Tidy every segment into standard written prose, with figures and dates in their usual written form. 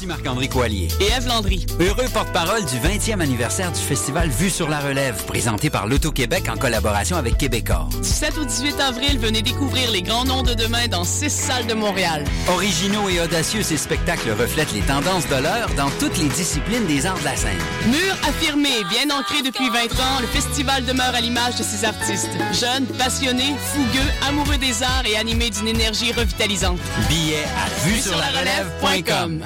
Ici Marc-André Coallier. Et Ève Landry. Heureux porte-parole du 20e anniversaire du festival Vue sur la Relève, présenté par l'Auto-Québec en collaboration avec Québecor. Du 7 au 18 avril, venez découvrir les grands noms de demain dans 6 salles de Montréal. Originaux et audacieux, ces spectacles reflètent les tendances de l'heure dans toutes les disciplines des arts de la scène. Mur affirmé, bien ancré depuis 20 ans, le festival demeure à l'image de ses artistes. Jeunes, passionnés, fougueux, amoureux des arts et animés d'une énergie revitalisante. Billets à vuesurlarelève.com.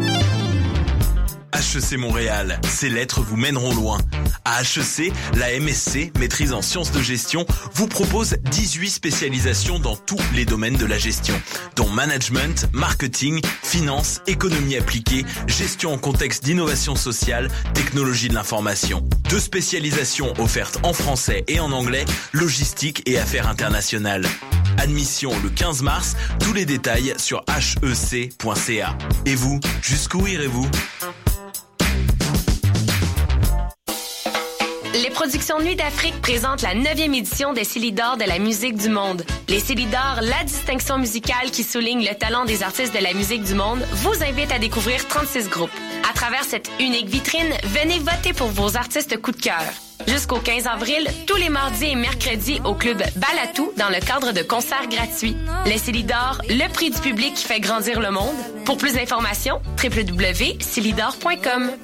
HEC Montréal, ces lettres vous mèneront loin. À HEC, la MSC, maîtrise en sciences de gestion, vous propose 18 spécialisations dans tous les domaines de la gestion, dont management, marketing, finance, économie appliquée, gestion en contexte d'innovation sociale, technologie de l'information. 2 spécialisations offertes en français et en anglais, logistique et affaires internationales. Admission le 15 mars, tous les détails sur hec.ca. Et vous, jusqu'où irez-vous? Les productions Nuit d'Afrique présentent la 9e édition des Célidors de la musique du monde. Les Célidors, la distinction musicale qui souligne le talent des artistes de la musique du monde, vous invite à découvrir 36 groupes. À travers cette unique vitrine, venez voter pour vos artistes coup de cœur. Jusqu'au 15 avril, tous les mardis et mercredis au club Balatou dans le cadre de concerts gratuits. Les Célidors, le prix du public qui fait grandir le monde. Pour plus d'informations, www.célidor.com.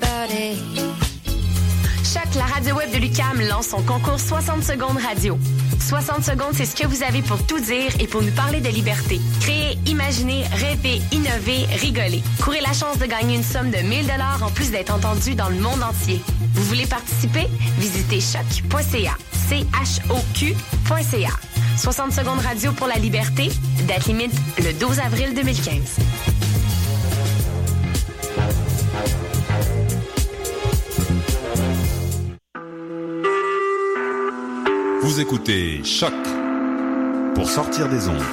Choc, la radio web de l'UQAM lance son concours 60 secondes radio. 60 secondes, c'est ce que vous avez pour tout dire et pour nous parler de liberté. Créer, imaginer, rêver, innover, rigoler. Courez la chance de gagner une somme de 1 000 $ en plus d'être entendu dans le monde entier. Vous voulez participer? Visitez choc.ca. CHOQ.ca. 60 secondes radio pour la liberté. Date limite le 12 avril 2015. Vous écoutez Choc pour sortir des ondes.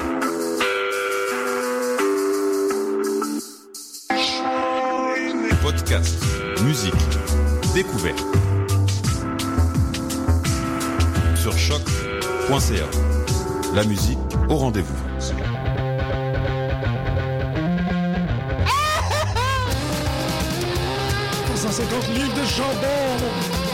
Podcast, musique, découverte. Sur choc.ca. La musique au rendez-vous. « 150 livres de chandelle !»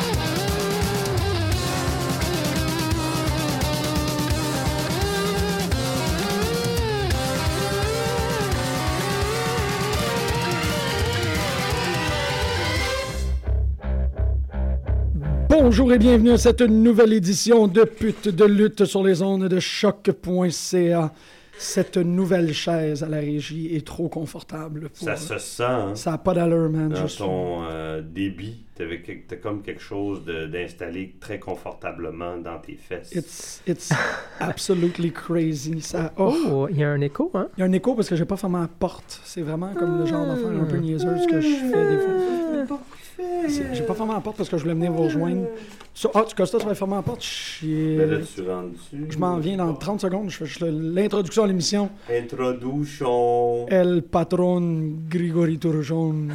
Bonjour et bienvenue à cette nouvelle édition de Pute de lutte sur les ondes de choc.ca. Cette nouvelle chaise à la régie est trop confortable. Ça se sent, hein? Ça n'a pas d'allure, man. Dans ton débit, t'as comme quelque chose d'installé très confortablement dans tes fesses. It's absolutely crazy. Oh, il y a un écho, hein? Il y a un écho parce que j'ai pas fermé la porte. C'est vraiment comme le genre d'affaire un peu niaiseuse que je fais des fois. J'ai pas fermé la porte parce que je voulais venir vous rejoindre. Costa, tu vas fermer la porte? Mais là, tu rentres dessus. Je m'en viens dans 30 secondes. Je fais l'introduction à l'émission. Introduction. El patron Grigori Turgeon.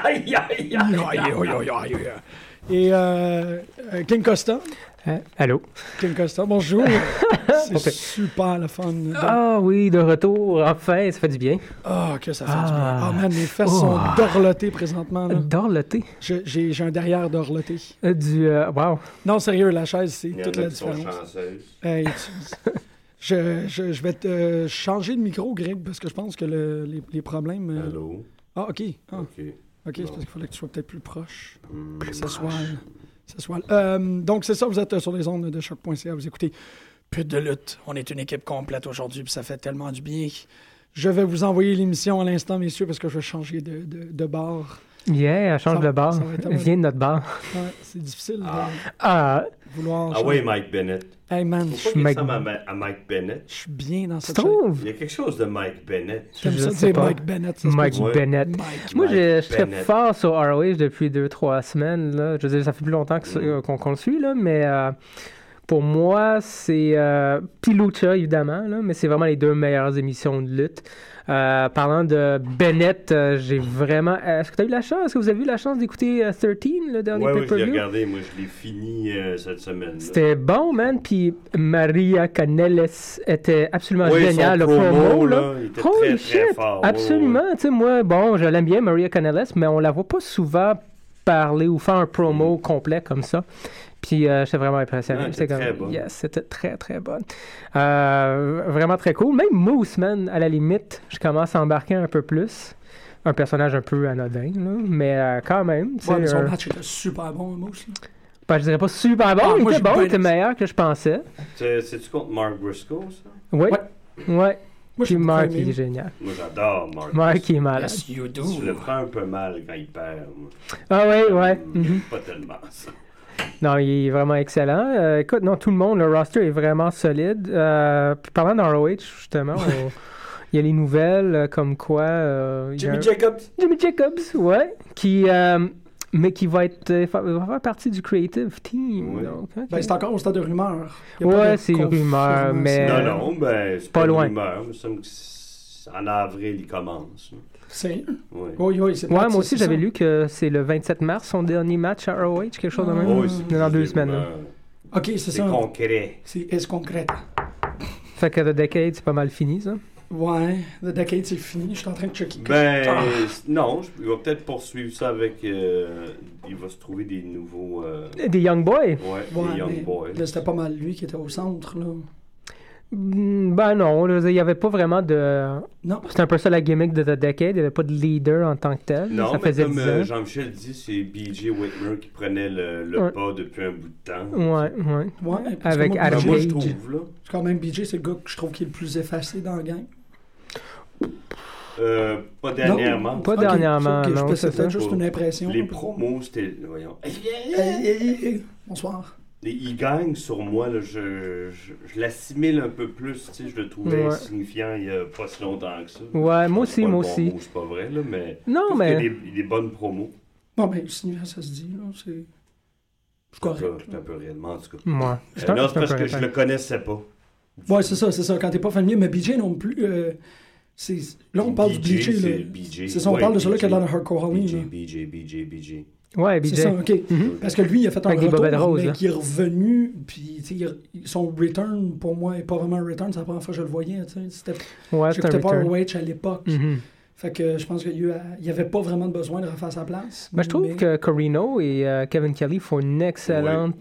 Et King Costa. Allô? King Costa, bonjour. C'est super le fun. Ah oui, de retour, enfin, ça fait du bien. Ah, que ça fait du bien. Ah, man, mes fesses sont dorlotées présentement. Là. Dorlotées? J'ai un derrière dorloté. Wow. Non, sérieux, la chaise, c'est toute la différence. Hey, je vais te changer de micro, Greg, parce que je pense que les problèmes... Allô? Ah, OK. Ah. OK, c'est parce qu'il fallait que tu sois peut-être plus proche. Ça soit. Donc, c'est ça, vous êtes sur les ondes de choc.ca, vous écoutez Pute de lutte. On est une équipe complète aujourd'hui, puis ça fait tellement du bien. Je vais vous envoyer l'émission à l'instant, messieurs, parce que je vais changer de bar. Yeah, elle change de bar. Viens de notre bar. Ouais, c'est difficile vouloir... Ah oui, Mike Bennett. Hey man, pourquoi il ressemble à Mike Bennett? Je suis bien dans cette chaise. Il y a quelque chose de Mike Bennett. J'aime ça dire Mike Bennett. Mike Bennett. Moi, je serais fort sur ROH depuis 2-3 semaines. Là. Je veux dire, ça fait plus longtemps qu'on le suit, là, mais... pour moi, c'est puis Lucha, évidemment, là, mais c'est vraiment les 2 meilleures émissions de lutte. Parlant de Bennett, j'ai vraiment... Est-ce que tu as eu la chance? Est-ce que vous avez eu la chance d'écouter 13, le dernier pay-per-view? Oui, je l'ai regardé. Moi, je l'ai fini cette semaine. Là. C'était bon, man. Puis Maria Kanellis était absolument géniale. Le promo, là. Il était Holy très, shit! très fort. Absolument. Tu sais, moi, bon, je l'aime bien, Maria Kanellis, mais on la voit pas souvent parler ou faire un promo complet comme ça. Puis j'étais vraiment impressionné. C'était très bon. Yes, c'était très, très bon. Vraiment très cool. Même Moose, man, à la limite, je commence à embarquer un peu plus. Un personnage un peu anodin, là, mais quand même. Ouais, mais son match était super bon, Moose. Ben, je dirais pas super bon, il était bon, il était meilleur que je pensais. C'est-tu contre Mark Briscoe, ça? Oui. Ouais. Moi, puis Mark, il est génial. Moi, j'adore Mark. Mark, il est malade. Yes, you do. Je le prends un peu mal quand il perd. Moi. Ah oui, ouais. Pas tellement, ça. Non, il est vraiment excellent. Écoute, non, tout le monde, le roster est vraiment solide. Puis parlant d'ROH, justement, il y a les nouvelles comme quoi... Jimmy Jacobs. Jimmy Jacobs, ouais. Mais qui va faire partie du creative team. Oui. Donc, okay. Ben, c'est encore au stade de rumeur. Ouais, c'est une rumeur, mais... Non, ben, c'est pas loin. Une rumeur. Il me semble qu'en avril, il commence. C'est... Oui, c'est moi aussi, j'avais lu que c'est le 27 mars, son dernier match à ROH, quelque chose de même. Oui, c'est dans 2 semaines. OK, c'est ça. C'est concret. C'est concret. Fait que The Decade, c'est pas mal fini, ça. Ouais, The Decade, c'est fini. Je suis en train de checker. Non, il va peut-être poursuivre ça avec... il va se trouver des nouveaux... Des Young Boys? Ouais, des Young Boys. Là, c'était pas mal lui qui était au centre, là. Ben non, il n'y avait pas vraiment de... Non. C'était un peu ça la gimmick de The Decade, il n'y avait pas de leader en tant que tel. Non, ça mais faisait comme Jean-Michel dit, c'est B.J. Whitmer qui prenait le pas depuis un bout de temps. Ouais. Parce Avec que Adam moi, Page. je trouve, là. Quand même, BJ, c'est le gars que je trouve qui est le plus effacé dans la gang. Pas dernièrement. Non, pas dernièrement, non. C'est peut-être juste une impression. Les promos, c'était... Voyons. Bonsoir. Il gagne sur moi, là, je l'assimile un peu plus, tu sais, je le trouvais insignifiant il n'y a pas si longtemps que ça. Ouais, moi aussi. C'est pas vrai, là, mais... Non, mais... Il y a des bonnes promos. Non, mais signifiant, ça se dit, là, c'est... C'est correct. C'est un peu réellement, en tout cas. Ouais. Non, c'est parce que je le connaissais pas. Ouais, c'est ça. Quand t'es pas familier, mais BJ non plus... Là, on parle du BJ, là. C'est ça, on parle de celui qui a dans le Hardcore Halloween. BJ. Ouais, BJ. C'est ça, OK. Parce que lui, il a fait un retour, rose, mais qui est revenu, puis son return, pour moi, n'est pas vraiment un return. C'est la première fois que je le voyais, tu sais. J'écoutais pas ROH à l'époque. Fait que je pense qu'il n'y avait pas vraiment de besoin de refaire sa place. Ben, je trouve que Corino et Kevin Kelly font un excellent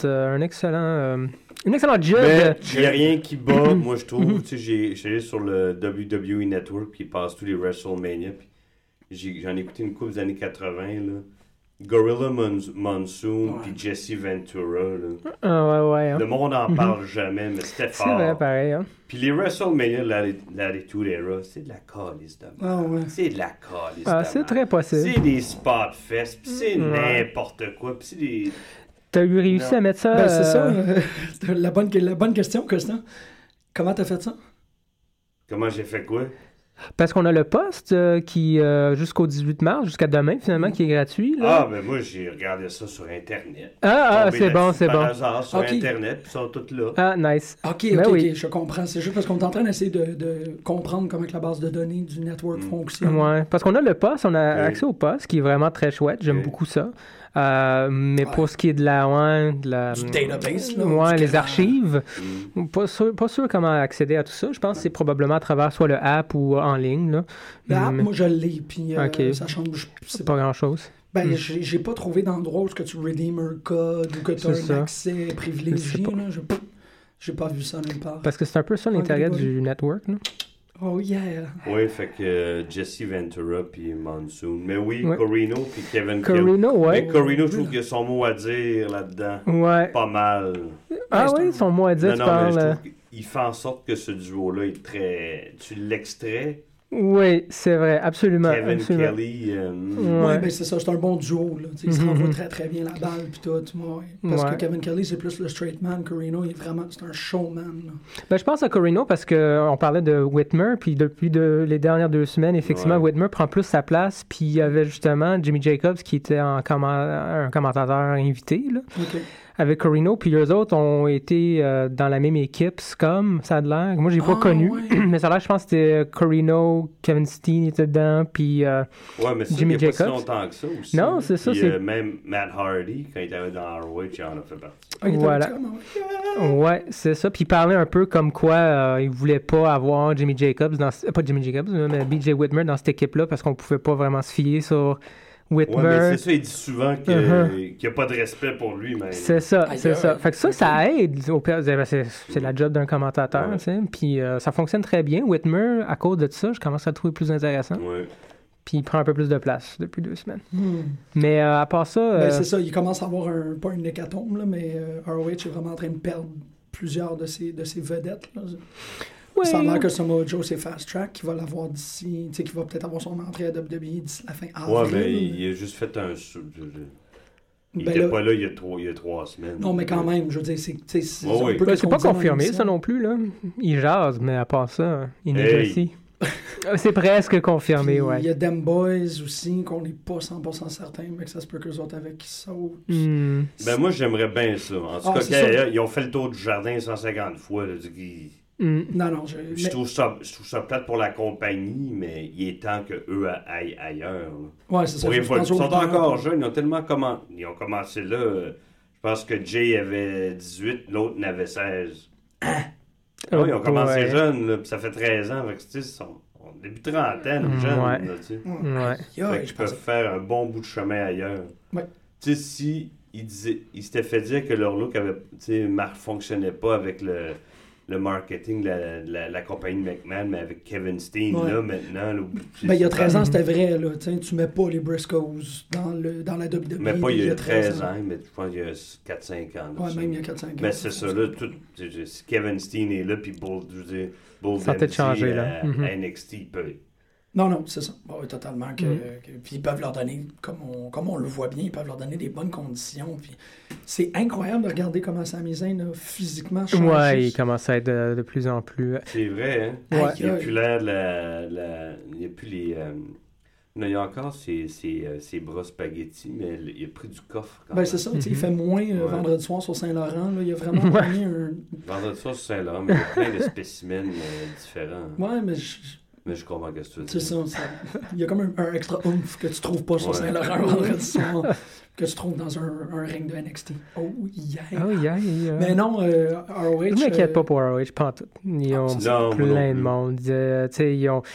job. Mais il n'y a rien qui bat, moi, je trouve. Tu sais, j'allais sur le WWE Network, puis ils passent tous les WrestleMania, puis j'en ai écouté une couple des années 80, là. Gorilla Monsoon puis Jesse Ventura. Là. Ah ouais. Hein. Le monde n'en parle jamais, mais c'était fort. C'est vrai, pareil. Hein. Puis les WrestleMania, l'Attitude Era, c'est de la calice de merde. Ah ouais. C'est de la calice de merde. C'est très possible. C'est des spot fest, puis c'est n'importe quoi, puis c'est des... T'as eu réussi à mettre ça... Ben c'est ça, la bonne question, Constant. Comment t'as fait ça? Comment j'ai fait quoi? Parce qu'on a le post qui, jusqu'au 18 mars, jusqu'à demain, finalement, qui est gratuit. Là. Ah, ben moi, j'ai regardé ça sur Internet. C'est bon. Par hasard, sur Internet, puis ils sont tous là. Ah, nice. OK, je comprends. C'est juste parce qu'on est en train d'essayer de comprendre comment que la base de données du network fonctionne. Ouais, parce qu'on a le post, on a accès au post, qui est vraiment très chouette. J'aime beaucoup ça. Mais pour ce qui est de la du database, là. Ouais, les archives. Pas sûr comment accéder à tout ça. Je pense que c'est probablement à travers soit le app ou en ligne. Là. L'app, moi, je l'ai, puis ça change. C'est pas grand-chose. Ben, j'ai pas trouvé d'endroit où tu redeem un code ou que tu as un accès privilégié. J'ai pas vu ça nulle part. Parce que c'est un peu ça l'intérêt du network. Là. Oh yeah! Oui, fait que Jesse Ventura puis Monsoon. Mais oui, Corino puis Kevin Corino, Kelly. Mais Corino, je trouve qu'il a son mot à dire là-dedans. Ouais. Pas mal. Ah oui, son mot à dire, tu parles... mais je trouve qu'il fait en sorte que ce duo-là est très... Tu l'extrais... Oui, c'est vrai, absolument. Kevin Kelly... Oui, ben c'est ça, c'est un bon duo. Là. Il se renvoie très très bien la balle puis tout. Parce que Kevin Kelly, c'est plus le straight man. Corino, c'est un showman. Là. Ben, je pense à Corino parce qu'on parlait de Whitmer, puis depuis les dernières 2 semaines, effectivement, Whitmer prend plus sa place, puis il y avait justement Jimmy Jacobs qui était un commentateur invité. Là. avec Corino, puis eux autres ont été dans la même équipe, SCUM, ça a l'air. Moi, j'ai pas connu, mais ça a l'air, je pense que c'était Corino, Kevin Steen était dedans, puis mais ça, Jimmy il y a pas si Jacobs. longtemps que ça aussi. Non, c'est ça, Puis, c'est... même Matt Hardy, quand il était dans ROH, il en a fait partie. Ah, il était Voilà. petit comme, Ouais, c'est ça. Puis il parlait un peu comme quoi il voulait pas avoir Jimmy Jacobs, pas Jimmy Jacobs, mais BJ Whitmer dans cette équipe-là parce qu'on pouvait pas vraiment se fier sur Whitmer. Ouais, mais c'est ça, il dit souvent qu'il n'y a pas de respect pour lui, mais... C'est ça, Aïe, c'est ça. aïe. Fait que ça aide au pire. C'est la job d'un commentateur, Ouais. tu sais. Puis ça fonctionne très bien. Whitmer, à cause de ça, je commence à le trouver plus intéressant. Ouais. Puis il prend un peu plus de place depuis 2 semaines. Mais à part ça... Ben, c'est ça, il commence à avoir pas une hécatombe, là, mais ROH est vraiment en train de perdre plusieurs de ses vedettes. Là. ouais. Ça a l'air que Samoa Joe, c'est Fast Track, qui va l'avoir d'ici, tu sais, qui va peut-être avoir son entrée à WWE d'ici la fin avril. Ouais, mais il a juste fait un... Il Ben était là- pas là il y a 3 semaines. Non, mais quand même, je veux dire, c'est Ouais, un oui. peu Ben, qu'est-ce c'est qu'on pas disait dans confirmé, l'émission. ça non plus, là. Il jase, mais à part ça, il Hey. négocie. C'est presque confirmé, Puis, ouais. il y a Them Boys aussi, qu'on n'est pas 100% certain, mais que ça se peut qu'eux autres avec qui sautent. Hmm. Ben moi, j'aimerais bien ça. En tout Ah, cas, c'est quand ça. ils ont fait le tour du jardin 150 fois. Là, Hmm. Non, je trouve ça plate pour la compagnie, mais il est temps qu'eux aillent ailleurs. Là. Ouais, c'est ça. Pour je une fois, pense ils sont au temps. encore jeunes. Ils ont commencé là. Je pense que Jay avait 18, l'autre n'avait 16. Oh, Ils ont commencé ouais. jeunes, là, puis ça fait 13 ans. Fait que, tu sais, ils sont début trentaine, jeunes. Ouais. Là, tu sais. Ouais. Fait qu'ils peuvent faire un bon bout de chemin ailleurs. Ouais. Tu sais, si ils s'étaient fait dire que leur look avait, fonctionnait pas avec le marketing de la compagnie McMahon, mais avec Kevin Steen, Ouais. là, maintenant... Là, Ben, il y a 13 ans, c'était vrai, là. Tu mets pas les Briscoes dans la WWE. Mais pas il y a 13 ans, mais je pense qu'il y a 4-5 ans. là, Ouais, ça. même il y a 4-5 ans. Mais c'est ça, là, si Kevin Steen est là, puis Bull Ça a peut-être changé, là. à NXT, il peut... Non, c'est ça. Oui, totalement. Puis ils peuvent leur donner, comme on le voit bien, ils peuvent leur donner des bonnes conditions. Puis c'est incroyable de regarder comment Sami Zayn a physiquement changé. Ouais, il commence à être de plus en plus... C'est vrai, hein? Ouais. Il n'y a plus l'air il n'y a plus les... Non, il y a encore ses bras spaghettis, mais il a pris du coffre quand Ben, même. c'est ça. Il fait moins vendredi soir sur Saint-Laurent. Là. Il a vraiment mis un... Vendredi soir sur Saint-Laurent, mais il y a plein de spécimens différents. Ouais, mais Mais je comprends ce que tu veux c'est dire. ça. Il y a comme un extra oomph que tu trouves pas sur Ouais. Saint-Laurent vendredi soir, que tu trouves dans un ring de NXT. Oh, yeah! Oh, yeah. Mais non, ROH... Je m'inquiète pas pour ROH, pas en tout. Ils ont Non, moi plein non de plus. monde. Tu sais, ils ont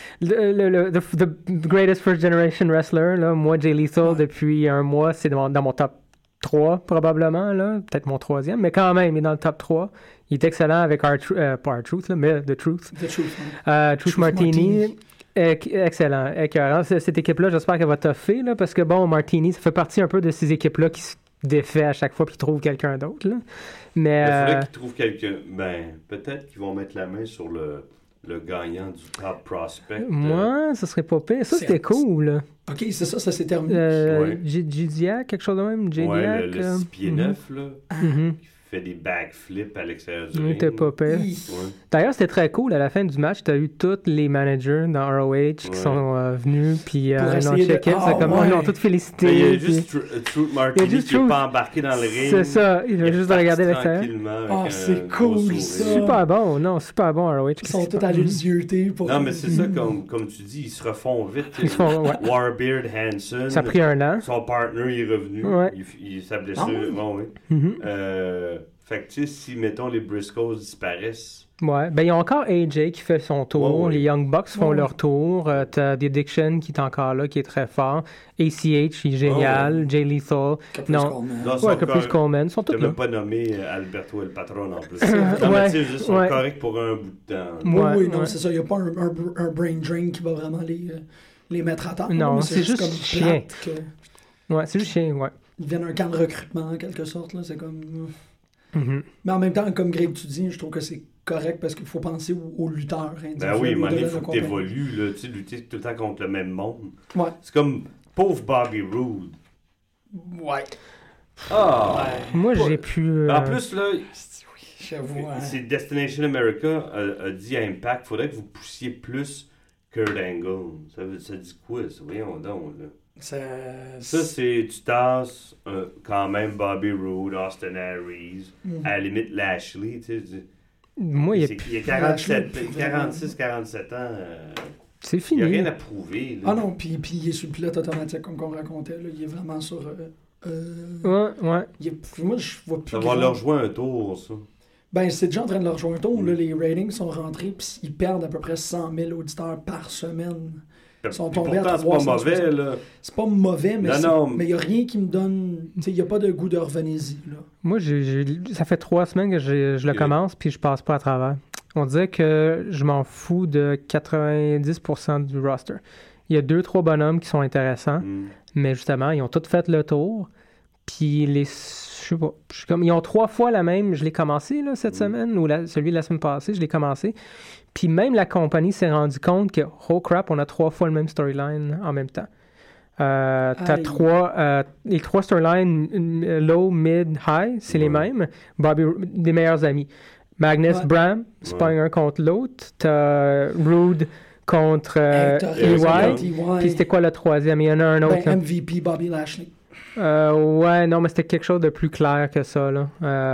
the greatest first generation wrestler, là, moi, Jay Lethal, depuis un mois, c'est dans mon top 3, probablement, là. Peut-être mon 3e, mais quand même, il est dans le top 3. Il est excellent avec pas R-Truth, là, mais The Truth. The Truth, hein. Truth Martini. Excellent, écœurant. Cette équipe-là, j'espère qu'elle va toffer, là, parce que bon, Martini, ça fait partie un peu de ces équipes-là qui se défait à chaque fois puis trouvent quelqu'un d'autre, là. Mais Il faudrait qu'ils trouvent quelqu'un. Ben, peut-être qu'ils vont mettre la main sur le gagnant du Top Prospect. moi, ça serait pas pire. Ça, C'est- c'était cool, là. OK, c'est ça s'est terminé. Ouais. Judiac, quelque chose de même? Judiac? Ouais, le 6 pieds 9, là, Mhm. qui fait des backflips à l'extérieur du Il ring. était pas pire. Ouais. D'ailleurs, c'était très cool. À la fin du match, tu as eu tous les managers dans ROH qui Ouais. sont venus, puis Pour ils ont essayer de- checké. Ah, C'est comme, ouais. ils ont tous félicité. Mais il y a puis- juste Truth Martini juste qui n'est Truth. pas embarqué dans le ring. C'est ça, il a est juste parti regardé l'extérieur. tranquillement avec Ah, un c'est gros cool, sourire. ça. Super bon, non, super bon ROH. Ils sont tous allés zioter pour... Non, mais c'est ça, comme tu dis, ils se refont vite. Ils se font, ouais. Warbeard, Hanson. Ça a pris un an. Son partner il est revenu. Ouais. Sa blessure. Ah ouais? Bon, oui. Mhm. Fait que, tu sais, si, mettons, les Briscoes disparaissent. Ouais, ben il y a encore AJ qui fait son tour, Ouais, ouais. les Young Bucks font Ouais. leur tour, t'as The Addiction qui est encore là, qui est très fort, ACH, il est génial, Jay Lethal, Caprice non. Coleman. Non, ouais, Caprice Coleman, ils sont Tu tous n'as là. même pas nommé Alberto El Patron en plus. vrai. Non, mais Ouais, tu sais, juste, ils sont ouais. corrects pour un bout de temps. Oui, Ouais, oui, non, ouais. c'est ça. Il n'y a pas un brain drain qui va vraiment les mettre à terre. Non, mais c'est juste comme chien. plate que Ouais, c'est juste chien, ouais. ils deviennent un camp de recrutement, en quelque sorte. Là. C'est comme... Mhm. Mais en même temps, comme Greg, tu dis, je trouve que c'est correct parce qu'il faut penser aux lutteurs individuels. Ben oui, mais au-delà il de faut la que compagnie. tu évolues, là, tu sais, lutter tout le temps contre le même monde. Ouais. C'est comme pauvre Bobby Roode. Ouais. Ah! Moi, Pas- j'ai pu... En plus, là, J'avoue. hein. c'est Destination America a dit à Impact, faudrait que vous poussiez plus Kurt Angle. Ça dit quoi, ça? Voyons donc, là. Ça, c'est... Tu tasses quand même Bobby Roode, Austin Harris, à la limite Lashley, tu sais. Moi, il y a 46-47 ans. C'est fini. Il n'y a rien à prouver. Là. Ah non, puis il est sur le pilote automatique, comme on racontait. Là. Il est vraiment sur... Ouais. Moi, je vois plus... Ça va leur jouer un tour, ça. Ben, c'est déjà en train de leur jouer un tour. Là, les ratings sont rentrés, puis ils perdent à peu près 100 000 auditeurs par semaine. Ils sont tombés à 300. C'est pas mauvais, là. C'est pas mauvais, mais mais il n'y a rien qui me donne... Tu sais, il n'y a pas de goût de revenez-y, là. Moi, ça fait 3 semaines que je le commence, puis je passe pas à travers. On dirait que je m'en fous de 90% du roster. Il y a 2-3 bonhommes qui sont intéressants, mais justement, ils ont tous fait le tour. Puis je sais pas, ils ont 3 fois la même, je l'ai commencé là, cette semaine, ou celui de la semaine passée, je l'ai commencé. Puis même la compagnie s'est rendu compte que, oh crap, on a 3 fois le même storyline en même temps. T'as les 3 storylines, low, mid, high, c'est les mêmes. Bobby, des meilleurs amis. Magnus, Bram, c'est pas un contre l'autre. T'as Rude contre EY. Puis c'était quoi le troisième? Il y en a un autre. Ben, MVP Bobby Lashley. Ouais, non, mais c'était quelque chose de plus clair que ça, là.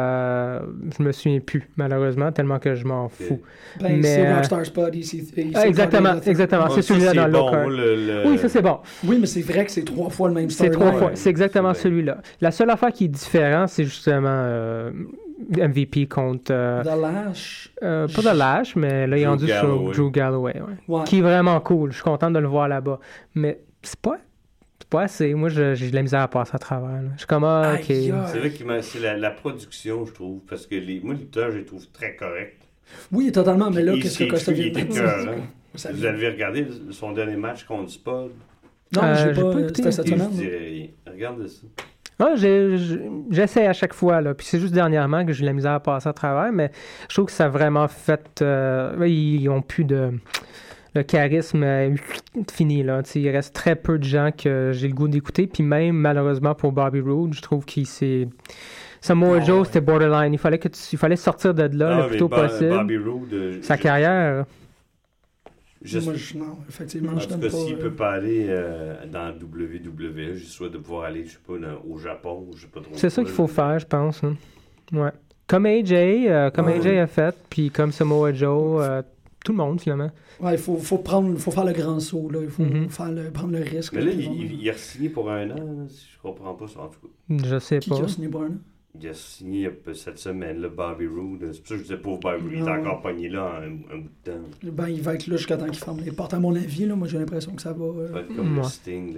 Je me souviens plus, malheureusement, tellement que je m'en fous. Ben, c'est Rockstar Spud, exactement. C'est celui-là dans le locker. Oui, ça c'est bon. Oui, mais c'est vrai que c'est 3 fois le même storyline. C'est 3 fois, c'est exactement celui-là. La seule affaire qui est différente, c'est justement MVP contre... The Lash. Pas The Lash, mais là, il est rendu sur Drew Galloway, ouais. Qui est vraiment cool. Je suis content de le voir là-bas. Mais c'est pas assez. Moi, j'ai de la misère à passer à travers. Là. Je suis comme, OK. C'est vrai que c'est la production, je trouve, parce que moi, les lutteurs, je les trouve très corrects. Oui, totalement, mais là, qu'est-ce que Costa vient de dire? Vous avez regardé son dernier match contre Spud? Non, j'ai pas écouté cette semaine. Regardez ça. Ah, j'essaie à chaque fois, là. Puis c'est juste dernièrement que j'ai de la misère à passer à travers, mais je trouve que ça a vraiment fait... ils ont plus de... Le charisme est fini, là. T'sais, il reste très peu de gens que j'ai le goût d'écouter. Puis même, malheureusement, pour Bobby Roode, je trouve qu'il s'est... Samoa Joe, c'était borderline. Il fallait sortir de là le plus tôt possible. Bobby Roode... Sa carrière... non, effectivement, je donne pas... S'il peut pas aller dans WWE, je souhaite de pouvoir aller, je sais pas, au Japon, je sais pas trop. C'est ça qu'il faut faire, je pense. Hein. Ouais. Comme AJ a fait, puis comme Samoa Joe... tout le monde, finalement. Ouais, il faut faire le grand saut, là. Il faut prendre le risque. Mais là, il a signé pour 1 an, si je comprends pas ça, en tout cas. Je sais pas. Qui a signé pour 1 an? Il a signé cette semaine, là, Bobby Roode. C'est pour ça que je disais, pauvre Bobby Roode, il est encore pogné là un bout de temps. Ben, il va être là jusqu'à temps qu'il ferme les portes, à mon avis, là. Moi, j'ai l'impression que ça va... Ça va être comme le Sting,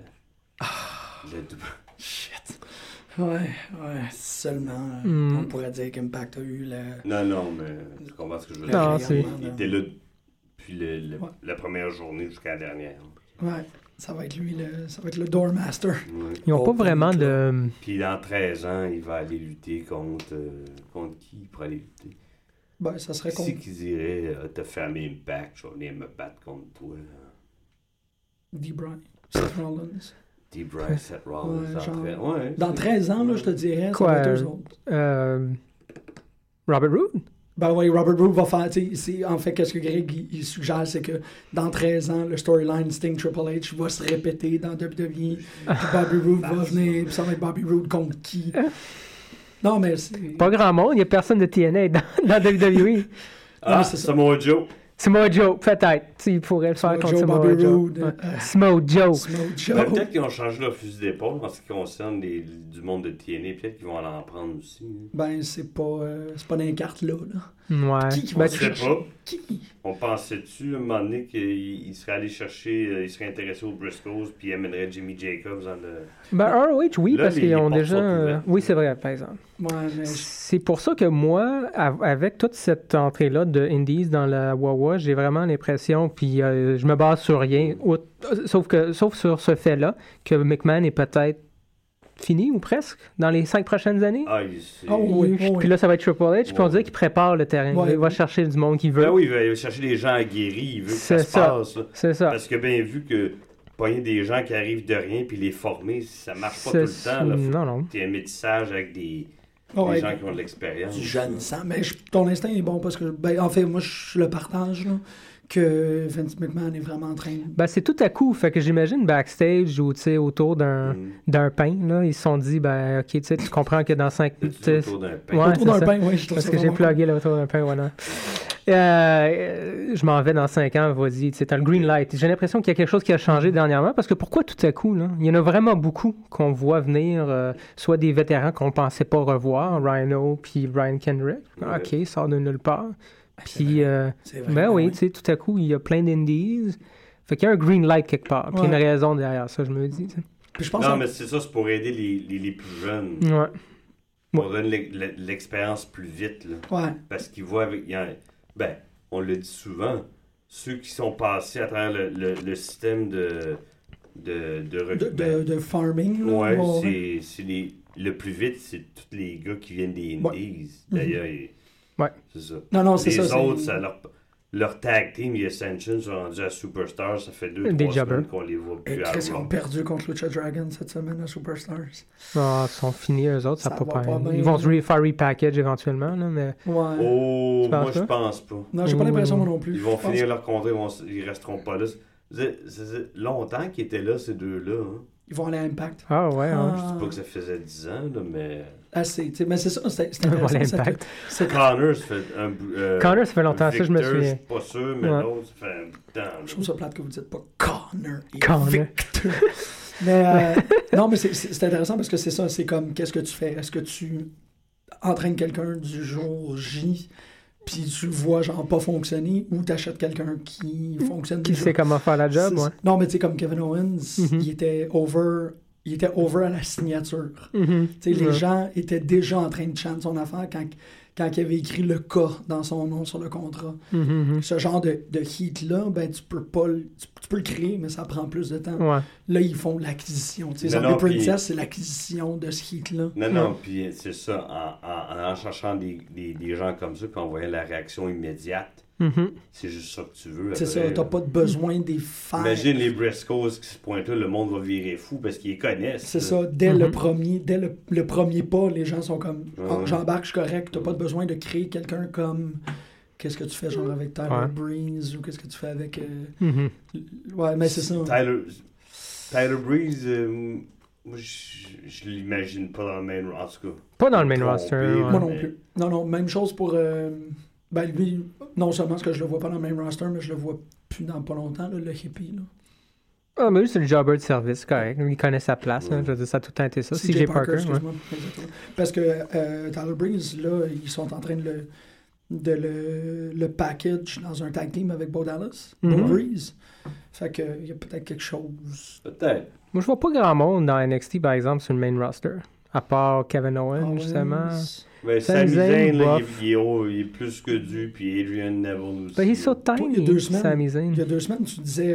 Shit. Ouais, seulement, on pourrait dire qu'Impact a eu la... Non, mais tu comprends ce que je veux dire. Il était là depuis la première journée jusqu'à la dernière. Ouais, ça va être lui, ça va être le Doormaster. Ouais. Ils n'ont pas vraiment de... Puis dans 13 ans, il va aller lutter contre qui pour aller lutter? Ben, ça serait contre... Qui dirait, t'as fermé Impact, je vais venir me battre contre toi. D-Bryan, Seth Rollins. D-Bryan, Seth Rollins, dans 13 ans, là, je te dirais, quoi, ça va être eux autres. Robert Roode? Ben oui, Robert Roode va faire... En fait, qu'est-ce que Greg il suggère, c'est que dans 13 ans, le storyline Sting Triple H va se répéter dans WWE, puis Bobby Roode va venir, puis ça va être Bobby Roode contre qui? Non, mais c'est... Pas grand monde, il n'y a personne de TNA dans WWE. C'est Samoa Joe. Samoa Joe, peut-être. Il pourrait le faire contre Samoa Joe. Samoa Joe. Peut-être qu'ils ont changé leur fusil d'épaule en ce qui concerne du monde de TNA. Peut-être qu'ils vont en prendre aussi. Ben, c'est pas dans les cartes là. Ouais. On sait pas. On pensait-tu, à un moment donné, qu'il serait allé chercher, il serait intéressé aux Briscoes, puis il amènerait Jimmy Jacobs dans le... Ben, ROH, oui, là, parce qu'ils ont déjà... Oui, c'est vrai, par exemple. Ouais, mais... C'est pour ça que moi, avec toute cette entrée-là de Indies dans la Wawa, j'ai vraiment l'impression, puis je me base sur rien, sauf sur ce fait-là, que McMahon est peut-être fini ou presque dans les 5 prochaines années. Puis là, ça va être Triple H, puis on dirait qu'il prépare le terrain. Il va chercher du monde qu'il veut. Ben oui, il va chercher des gens aguerris, il veut que ça se passe. C'est ça. Parce que bien vu que pogner des gens qui arrivent de rien puis les former, ça marche pas tout le temps. Là. Non. Il y a un métissage avec des gens qui ont de l'expérience. Du jeune sang. Mais ton instinct est bon parce que, en fait, moi, je le partage, là. que Vince McMahon est vraiment en train de... Ben, c'est tout à coup. Fait que j'imagine backstage ou, tu sais, autour d'un pain, là, ils se sont dit, ben, OK, tu sais, tu comprends que dans 5 minutes... Autour d'un pain. Ouais, autour d'un pain, oui, je trouve parce ça que j'ai vraiment plugué là, autour d'un pain, voilà. Je m'en vais dans 5 ans, vas-y, tu sais, t'as le green light. J'ai l'impression qu'il y a quelque chose qui a changé dernièrement, parce que pourquoi tout à coup, là? Il y en a vraiment beaucoup qu'on voit venir, soit des vétérans qu'on pensait pas revoir, Rhino puis Brian Kendrick. Ouais. OK, il sort de nulle part. Puis, C'est vrai, ben oui, ouais. tu sais, tout à coup, il y a plein d'indies. Fait qu'il y a un green light quelque part. Puis il y a une raison derrière ça, je me dis. Tu sais. Puis je pense Non, mais c'est ça, c'est pour aider les plus jeunes. Ouais. Pour donner l'expérience plus vite. Là. Ouais. Parce qu'ils voient avec. Ben, on le dit souvent, ceux qui sont passés à travers le système de de farming. Là, ouais, c'est le plus vite, c'est tous les gars qui viennent des Indies. D'ailleurs, c'est ça. Non, c'est les ça. Les autres, leur tag team, les Ascension, sont rendus à Superstars. Ça fait 2-3 semaines qu'on les voit plus à Ils ont perdu contre Lucha Dragon cette semaine à Superstars. Ah, ils sont finis, eux autres. Ça va pas bien. Ils vont se faire repackage éventuellement, là, mais... Ouais. Oh, moi, je pense pas. Non, j'ai pas l'impression, moi non plus. Ils vont finir leur contrat, ils resteront pas là. C'est longtemps qu'ils étaient là, ces deux-là. Hein. Ils vont aller à Impact. Ah ouais, hein. Je dis pas que ça faisait 10 ans, là, mais... Assez, mais c'est ça, c'est intéressant. Connor, ça fait Connor, ça fait longtemps, Victor, ça, je me souviens. Je suis pas sûr, mais l'autre, ça fait un temps. Je trouve ça plate que vous dites pas Connor et Connor. Victor. Mais non, mais c'est intéressant parce que c'est ça, c'est comme, qu'est-ce que tu fais? Est-ce que tu entraînes quelqu'un du jour J, puis tu le vois genre pas fonctionner, ou t'achètes quelqu'un qui fonctionne Qui sait comment faire la job, ouais. Non, mais tu sais, comme Kevin Owens, il était over à la signature. Les gens étaient déjà en train de chanter son affaire quand il avait écrit le K dans son nom sur le contrat. Ce genre de heat-là, ben, tu peux le créer, mais ça prend plus de temps. Ouais. Là, ils font l'acquisition. Zombie Princess, c'est l'acquisition de ce heat-là. Non, puis c'est ça, en cherchant des gens comme ça, puis en voyant la réaction immédiate, c'est juste ça que tu veux. C'est ça, t'as pas de besoin des faire. Imagine les Briscoes qui se pointent là, le monde va virer fou parce qu'ils les connaissent. C'est ça, dès le premier pas, les gens sont comme j'embarque, je suis correct, t'as pas besoin de créer quelqu'un comme qu'est-ce que tu fais genre avec Tyler Breeze ou qu'est-ce que tu fais avec ouais, mais c'est ça. Tyler Breeze, moi je l'imagine pas dans le main roster, en tout cas. Pas dans le main roster. Moi non plus. Non, même chose pour ben lui, non seulement parce que je le vois pas dans le main roster, mais je le vois plus dans pas longtemps, là, le hippie. Là. Ah, mais lui, c'est le jobber de service, correct. Il connaît sa place. Hein, je veux dire, ça a tout le temps été ça. CJ Parker, excuse-moi. Parce que Tyler Breeze, là, ils sont en train de le package dans un tag team avec Bo Dallas, Bo Breeze. Fait que il y a peut-être quelque chose. Peut-être. Moi, je vois pas grand monde dans NXT, par exemple, sur le main roster. À part Kevin Owens, justement. Ben, Sami Zayn, là, il est plus que dû, puis Adrian Neville aussi. Ben, il saute tiny, il y a 2 semaines, Sami Zayn. Il y a 2 semaines, tu disais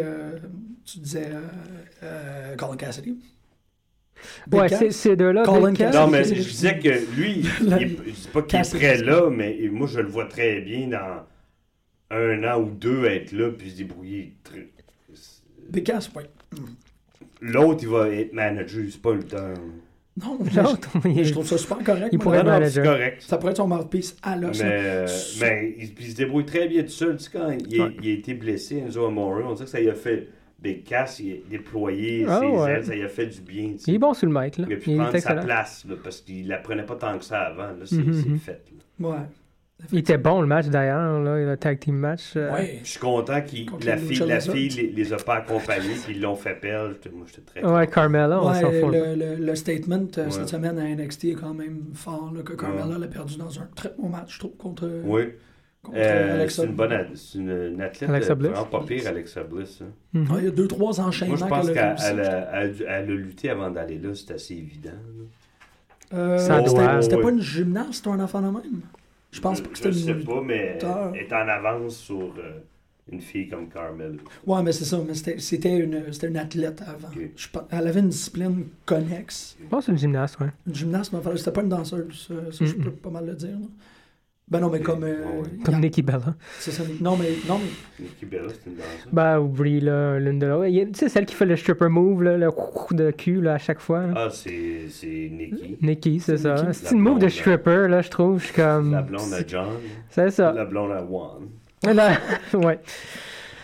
Colin Cassidy. Ouais, ces deux-là. Non, mais je disais que lui, je dis pas qu'il est prêt là, mais moi, je le vois très bien dans 1 an ou 2 être là, puis se débrouiller. Big Cass, oui. L'autre, il va être manager, c'est pas le temps. Non, je trouve ça super correct. Il pourrait être manager. C'est correct. Ça pourrait être son mouthpiece à l'os. Mais il se débrouille très bien tout seul. Tu sais, quand il a été blessé, Enzo Amore, on dirait que ça lui a fait Big Cass, il a déployé ses ailes, ça lui a fait du bien. Tu sais. Il est bon sur le mic. Là. Il a pu prendre sa place, là, parce qu'il la prenait pas tant que ça avant. Là, c'est fait. Là. Ouais. Il était bon le match d'ailleurs, là, le tag team match. Ouais. Je suis content que la fille les a pas accompagnés et ils l'ont fait perdre. Moi, j'étais très content. Ouais, Carmella, on s'en fout. Le statement cette semaine à NXT est quand même fort, là, que Carmella l'a perdu dans un très bon match, je trouve, contre Alexa. C'est une athlète vraiment pas pire, Alexa Bliss. Hein. Il y a 2-3 enchaînements. Moi, je pense qu'elle a lutté avant d'aller là, c'est assez évident. C'était pas une gymnaste, c'était un enfant de même. Je pense pas que c'était une... Je sais pas, mais elle est en avance sur une fille comme Carmel. Ouais, mais c'est ça. Mais c'était une athlète avant. Okay. Elle avait une discipline connexe. Je pense que c'est une gymnaste, ouais. Une gymnaste, mais c'était pas une danseuse. Ça, je peux pas mal le dire. Là. Ben non, mais comme... comme Nikki Bella. C'est ça. Non, mais... Nikki Bella, c'est une danseuse. Ben, oublie, là, l'une de l'autre. Tu sais, celle qui fait le stripper move, là, le de cul, là, à chaque fois. Là. Ah, c'est Nikki. Nikki, c'est ça. C'est une move de stripper, là, je trouve. Je suis comme... La blonde à John. C'est ça. La blonde à Juan. Ouais.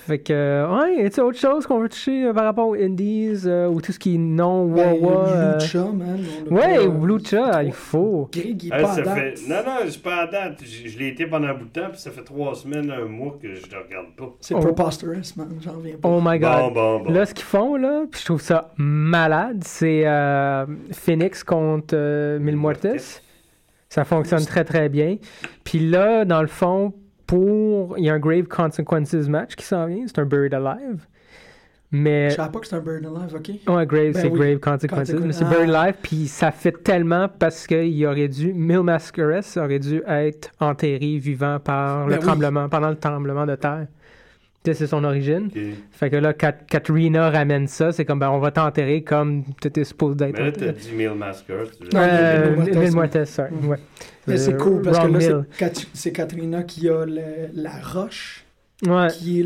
Fait que, ouais, y a autre chose qu'on veut toucher par rapport aux Indies ou tout ce qui est non-Wawa? Lucha, man. Ouais, Lucha, il faut. Greg, il est pas à date. Non, je suis pas à date. Je l'ai été pendant un bout de temps, puis ça fait 3 semaines, 1 mois que je le regarde pas. C'est preposterous, man. J'en reviens pas. Oh my God. Bon. Là, ce qu'ils font, là, puis je trouve ça malade, c'est Phoenix contre Mil Muertes. Ça fonctionne très, très bien. Puis là, dans le fond, il y a un Grave Consequences match qui s'en vient. C'est un Buried Alive. Mais... Je savais pas que c'était un Buried Alive, OK? Ouais, Grave Consequences. Mais c'est Buried Alive, puis ça fait tellement parce qu'il aurait dû... Mil Muertes aurait dû être enterré vivant par pendant le tremblement de terre. C'est son origine. Okay. Fait que là, Katrina ramène ça. C'est comme, on va t'enterrer comme tu étais supposé d'être. Mais là, t'as dit Mil Massacre. Mil Muertes, sorry. Ouais. Mais c'est cool parce que là, Mill. c'est Katrina qui a la roche, qui est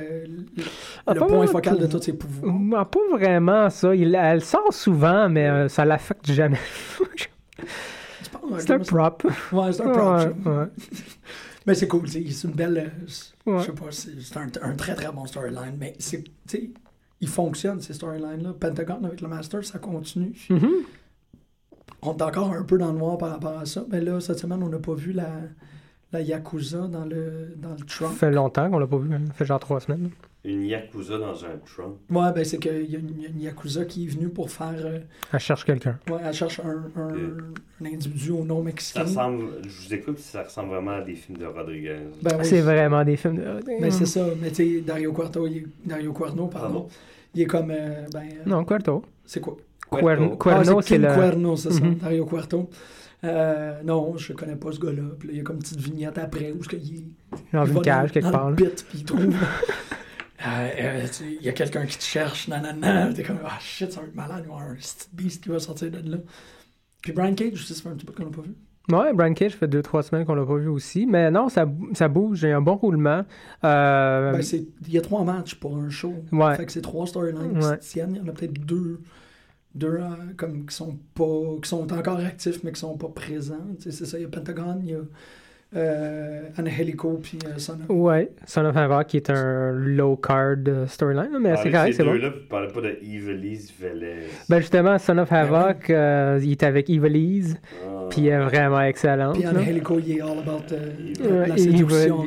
le point focal de tous ses pouvoirs. Pas vraiment ça. Elle sort souvent, mais ça l'affecte jamais. C'est un prop. Ouais, c'est un prop. Ouais. Mais c'est cool, c'est une belle... Je sais pas, c'est un très très bon storyline, mais c'est, il fonctionne ces storylines-là. Pentagon avec le Master, ça continue. Mm-hmm. On est encore un peu dans le noir par rapport à ça, mais là, cette semaine, on n'a pas vu la Yakuza dans le trunk. Ça fait longtemps qu'on l'a pas vu, ça fait genre 3 semaines. Une Yakuza dans un trunk. Ouais, ben c'est qu'il y a une Yakuza qui est venue pour faire... Elle cherche quelqu'un. Ouais, elle cherche un individu au nom mexicain. Ça ressemble, je vous écoute, ça ressemble vraiment à des films de Rodriguez. Ben oui. C'est vraiment des films de Rodriguez. Mais c'est ça, mais tu sais, Dario Cuerno, pardon. Il est comme... non, Cuerto. C'est quoi? Cuerno, c'est le... Cuerno, c'est ça, Dario Cuerto. Non, je connais pas ce gars-là. Puis là, il y a comme une petite vignette après où il est... Dans une cage, quelque part. Dans le pit, puis il trouve... il y a quelqu'un qui te cherche, nanana. T'es comme, shit, ça va être malade, il va y avoir un petit beast qui va sortir de là. Puis Brian Cage aussi, ça fait un petit peu qu'on l'a pas vu. Ouais, Brian Cage, ça fait 2-3 semaines qu'on l'a pas vu aussi. Mais non, ça bouge, il y a un bon roulement. Il y a 3 matchs pour un show. Ouais. Fait que c'est 3 storylines qui se tiennent. Il y en a peut-être deux comme qui sont encore actifs, mais qui sont pas présents. C'est ça, il y a Pentagon, il y a Angelico puis Son of... Ouais, Son of Havoc qui est un low-card storyline, mais c'est correct, c'est bon. Ces deux-là, vous parlez pas de Ivelisse Velez. Ben justement, Son of Havoc, il est avec Ivelisse, puis il est vraiment excellent. Puis Angelico, il est all about la séduction.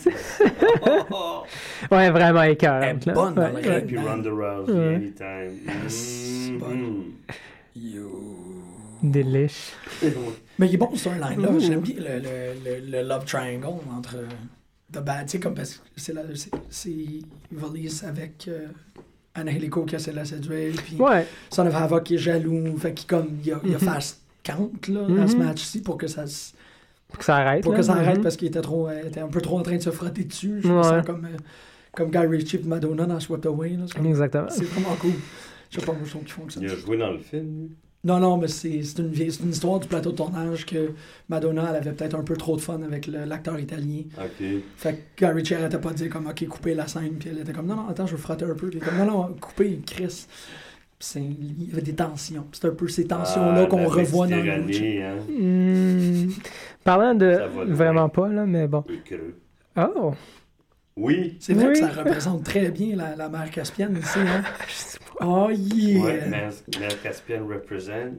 Ouais, vraiment écœurant. Elle est bonne dans le ring. Puis Ronda Rousey, anytime. Delish. Mais il est bon ce storyline-là. J'aime bien le love triangle entre The Bad. Tu sais, comme parce que c'est Ivelisse avec Angelico qui essaie de la séduire. Puis Son of Havoc qui est jaloux. Fait qu'il a fast count là, à ce match-ci pour que ça arrête. Pour que ça arrête parce qu'il était un peu trop en train de se frotter dessus. Je me sens comme Guy Ritchie et Madonna dans Swept Away. Là. Exactement. C'est vraiment cool. Je sais pas, moi, je trouve qu'il fonctionne. Il a joué dans le film. Non, mais c'est une histoire du plateau de tournage que Madonna, elle avait peut-être un peu trop de fun avec l'acteur italien. OK. Fait que Guy Ritchie arrêtait pas de dire comme, OK, coupez la scène. Puis elle était comme, non, attends, je vais frotter un peu. Puis comme, non, coupez, Chris. Il y avait des tensions. C'est un peu ces tensions-là qu'on revoit dans le match. Parlant de... Vraiment pas, là, mais bon. Oh! Oui. C'est vrai que ça représente très bien la mer Caspienne ici, hein? Oh yeah! Ouais, mer Caspienne represent.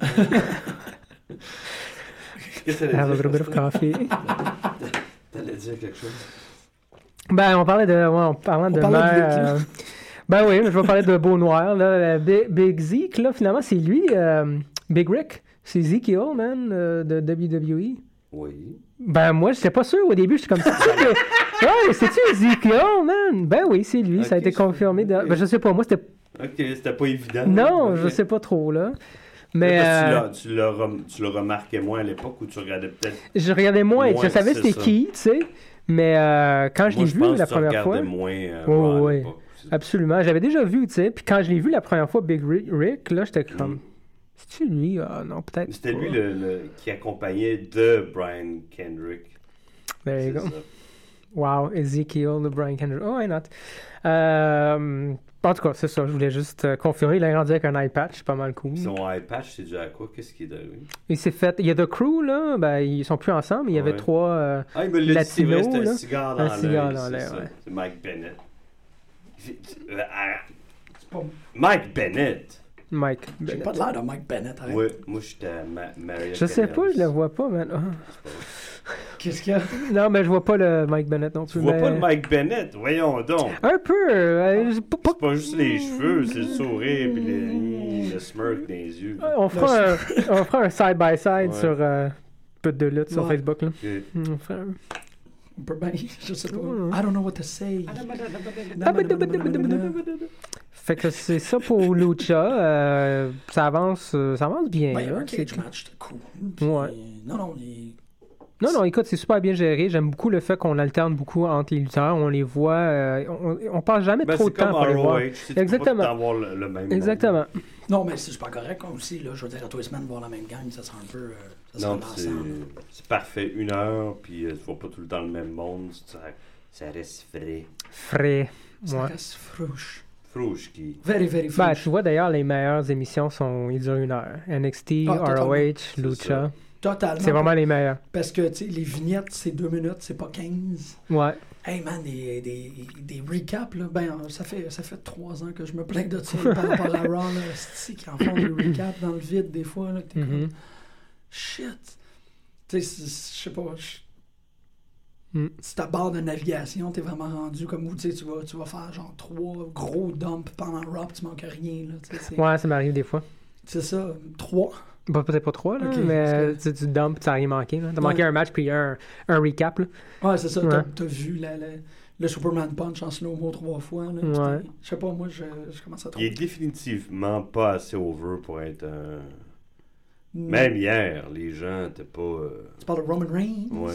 Qu'est-ce que Have a little bit of coffee. T'allais dire quelque chose? Ben, on parlait de mer... Ben oui, je vais parler de Beau Noir, là. Big Zeke, là, finalement, c'est lui, Big Rick. C'est Ezekiel, man, de WWE. Oui. Ben, moi, j'étais pas sûr au début. J'étais comme, c'est-tu Ezekiel, man? Ben oui, c'est lui. Okay, ça a été confirmé. Ben, je sais pas, moi, c'était... OK, c'était pas évident. Non, je sais pas trop, là. Mais... Tu le remarquais moins à l'époque ou tu regardais peut-être... Je regardais moins. Je savais c'était qui, tu sais. Mais quand je l'ai vu la première fois... moins oui, absolument. J'avais déjà vu, tu sais. Puis quand je l'ai vu la première fois, Big Rick, là, j'étais comme... C'est-tu lui? Ah non, peut-être. C'était lui qui accompagnait de Brian Kendrick. There you go. Wow, Ezekiel de Brian Kendrick. Oh, why not? En tout cas, c'est ça. Je voulais juste confirmer. Il a rendu avec un eye patch. C'est pas mal cool. Son eye patch, c'est dû à quoi? Qu'est-ce qu'il est de lui? Il s'est fait... Il y a The Crew, là. Ben, ils sont plus ensemble. Il y avait 3 il me l'a dit, c'est vrai, c'était là. un cigare dans l'air. Ouais. C'est Mike Bennett. Mike Bennett. Mike. J'ai pas de l'air de Mike Bennett. Arrête. Ouais, moi j'étais à Mariah Je sais Carey. pas, je le vois pas, man. Qu'est-ce qu'il y a? Non, mais je vois pas le Mike Bennett non plus. Tu vois mais... pas le Mike Bennett? Voyons donc. Un peu. C'est pas juste les cheveux, c'est le sourire puis le smirk dans les yeux. On fera un side-by-side Ouais. sur Pute de lutte sur Ouais. Facebook. Là. Okay. On fera un... On peut bien, je sais pas. I don't know what to say. Fait que c'est ça pour Lucha. Ça avance bien. Ben, là. un cage match, c'était cool. Puis, Ouais. Non, écoute, c'est super bien géré. J'aime beaucoup le fait qu'on alterne beaucoup entre les lutteurs. On les voit. On passe jamais trop de temps pour les voir. Exactement. Avoir le même Exactement. Non, mais c'est super correct aussi. Là, je veux dire, à tous les semaines, voir la même gang, ça sera un peu. Ça Non, sera c'est l'ensemble. parfait. 1 heure, puis tu vois pas tout le temps le même monde. Ça reste frais. Frais. Ça Ouais. reste frouche. Frouche qui. Very, very Ben, frouche. tu vois d'ailleurs, les meilleures émissions ils durent 1 heure. NXT, Ah, totalement. ROH, Lucha. Totalement. C'est vraiment les meilleurs. Parce que, tu sais, les vignettes, c'est 2 minutes, c'est pas 15. Ouais. Hey man, des recaps, là, ben, ça fait 3 ans que je me plains de ça par rapport à Raw, là, c'est qui en font des recaps dans le vide des fois, là, que t'es comme, shit. Tu sais, je sais pas, si ta barre de navigation, t'es vraiment rendu comme où, tu sais, tu vas faire genre 3 gros dumps pendant Raw, pis tu manques rien, là, tu sais, Ouais, ça m'arrive des fois. c'est ça, 3. Bah, peut-être pas 3, là, Ok, mais tu dumps, tu n'as rien manqué. Tu as manqué un match puis un recap. Là. Ouais, c'est ça, Ouais. t'as vu le Superman Punch en slow-mo 3 fois, là, pis Ouais. je sais pas, moi, je commence à Il est trouver. définitivement pas assez over pour être un. Même hier, les gens étaient pas. Tu parles de Roman Reigns? Ouais.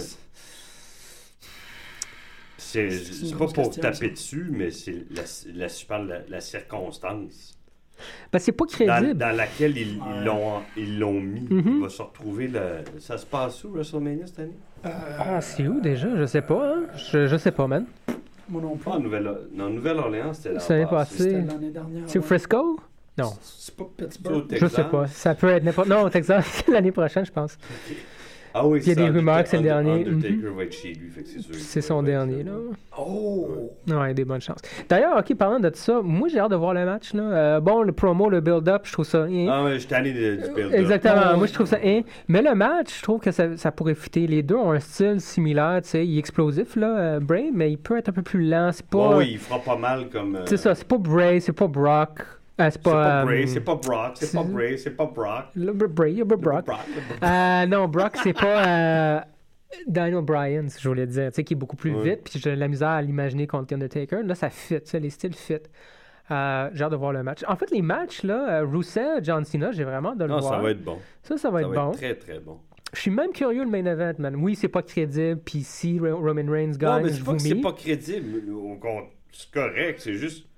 C'est une C'est pas grosse pour question, taper ça. dessus, mais c'est la circonstance Ben, c'est pas crédible. dans laquelle ils l'ont mis. Mhm. Il va se retrouver. Ça se passe où, WrestleMania, cette année? Ah, c'est où déjà? Je sais pas. Hein? Je sais pas, man. Moi non plus. Pas en Nouvelle-Orléans, c'était l'an L'année passé. passée. C'était l'année dernière. C'est au ouais. Frisco? Non. C'est pas Au Pittsburgh. Texas. Je sais pas. Ça peut être n'importe... Non, au Texas, c'est l'année prochaine, je pense. Ah oui, Il y a des rumeurs que c'est le dernier. Undertaker va être chez lui, fait que c'est sûr. C'est son dernier, là. Oh! Ouais, des bonnes chances. D'ailleurs, OK, parlant de ça, moi, j'ai hâte de voir le match, là. Bon, le promo, le build-up, je trouve ça... Ah ouais, j'étais allé du build-up. Exactement. Moi, je trouve ça... Mais le match, je trouve que ça pourrait fitter. Les deux ont un style similaire, tu sais. Il est explosif, là, Bray, mais il peut être un peu plus lent. C'est pas... Oui, il fera pas mal comme. C'est ça, c'est pas Bray, c'est pas Brock. C'est pas... Bray, c'est pas Brock, c'est pas Bray, c'est pas Brock. Le Bray, le Brock. Non, Brock, c'est pas Daniel Bryan, si je voulais dire, tu sais, qui est beaucoup plus Ouais. vite, puis j'ai de la misère à l'imaginer contre Undertaker. Là, ça fit, ça, les styles fit. J'ai hâte de voir le match. En fait, les matchs, là, Rusev, John Cena, j'ai vraiment hâte de le Non, voir. ça va être bon. Ça va être bon. très très bon. Je suis même curieux le main event, man. Oui, c'est pas crédible, puis si Roman Reigns Non, gagne, mais je c'est vous pas que c'est mis. pas crédible. C'est correct, c'est juste.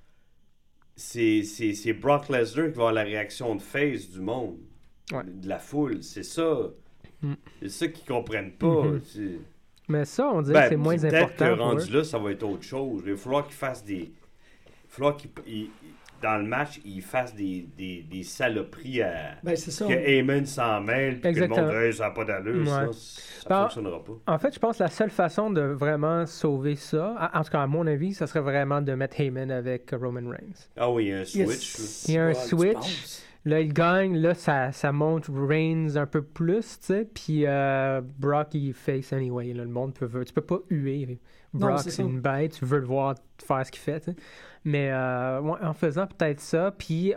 C'est Brock Lesnar qui va avoir la réaction de face du monde. Ouais. De la foule. C'est ça. Mm. C'est ça qu'ils comprennent pas. Mhm. c'est- Mais ça, on dirait que c'est moins peut-être important que pour rendu eux. là, ça va être autre chose. Il va falloir qu'il fasse des. Il va falloir qu'il. Dans le match, il fasse des saloperies à. Ben, c'est ça. Que Heyman s'en mêle, puis que le Exactement. monde, hey, ça n'a pas d'allure, Ouais. ça Ben, fonctionnera pas. En fait, je pense que la seule façon de vraiment sauver ça, en tout cas à mon avis, ça serait vraiment de mettre Heyman avec Roman Reigns. Ah oui, il y a un switch. Yes. Il y a un Ouais, tu switch. penses? Là, il gagne, là, ça monte Reigns un peu plus, tu sais, puis Brock, il face anyway, là, le monde tu peux pas huer. Non, Brock, c'est c'est ça. une bête, tu veux le voir faire ce qu'il fait, tu sais. Mais ouais, en faisant peut-être ça, puis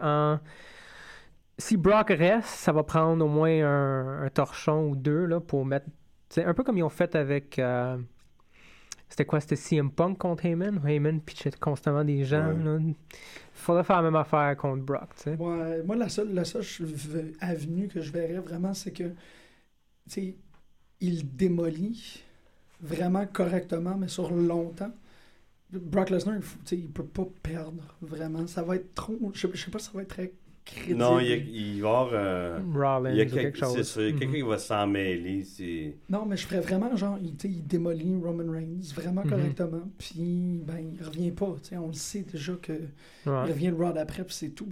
si Brock reste, ça va prendre au moins un torchon ou deux, là, pour mettre, tu sais, un peu comme ils ont fait avec... C'était quoi? C'était CM Punk contre Heyman? Heyman pitchait constamment des gens, Ouais. là. Faudrait faire la même affaire contre Brock, tu sais. Ouais, moi, la seule avenue que je verrais vraiment, c'est que, tu sais, il démolit vraiment correctement, mais sur longtemps. Brock Lesnar, il peut pas perdre, vraiment. Ça va être trop... Je sais pas si ça va être très crédible. Non, il va y avoir... Rollins il y a ou quelque chose. c'est ça, il y a quelqu'un Mhm. qui va s'en mêler. C'est... Non, mais je ferais vraiment, genre, il démolit Roman Reigns vraiment Mhm. correctement, puis, ben, il revient pas, tu sais, on le sait déjà que Ouais. il revient le Raw d'après, puis c'est tout.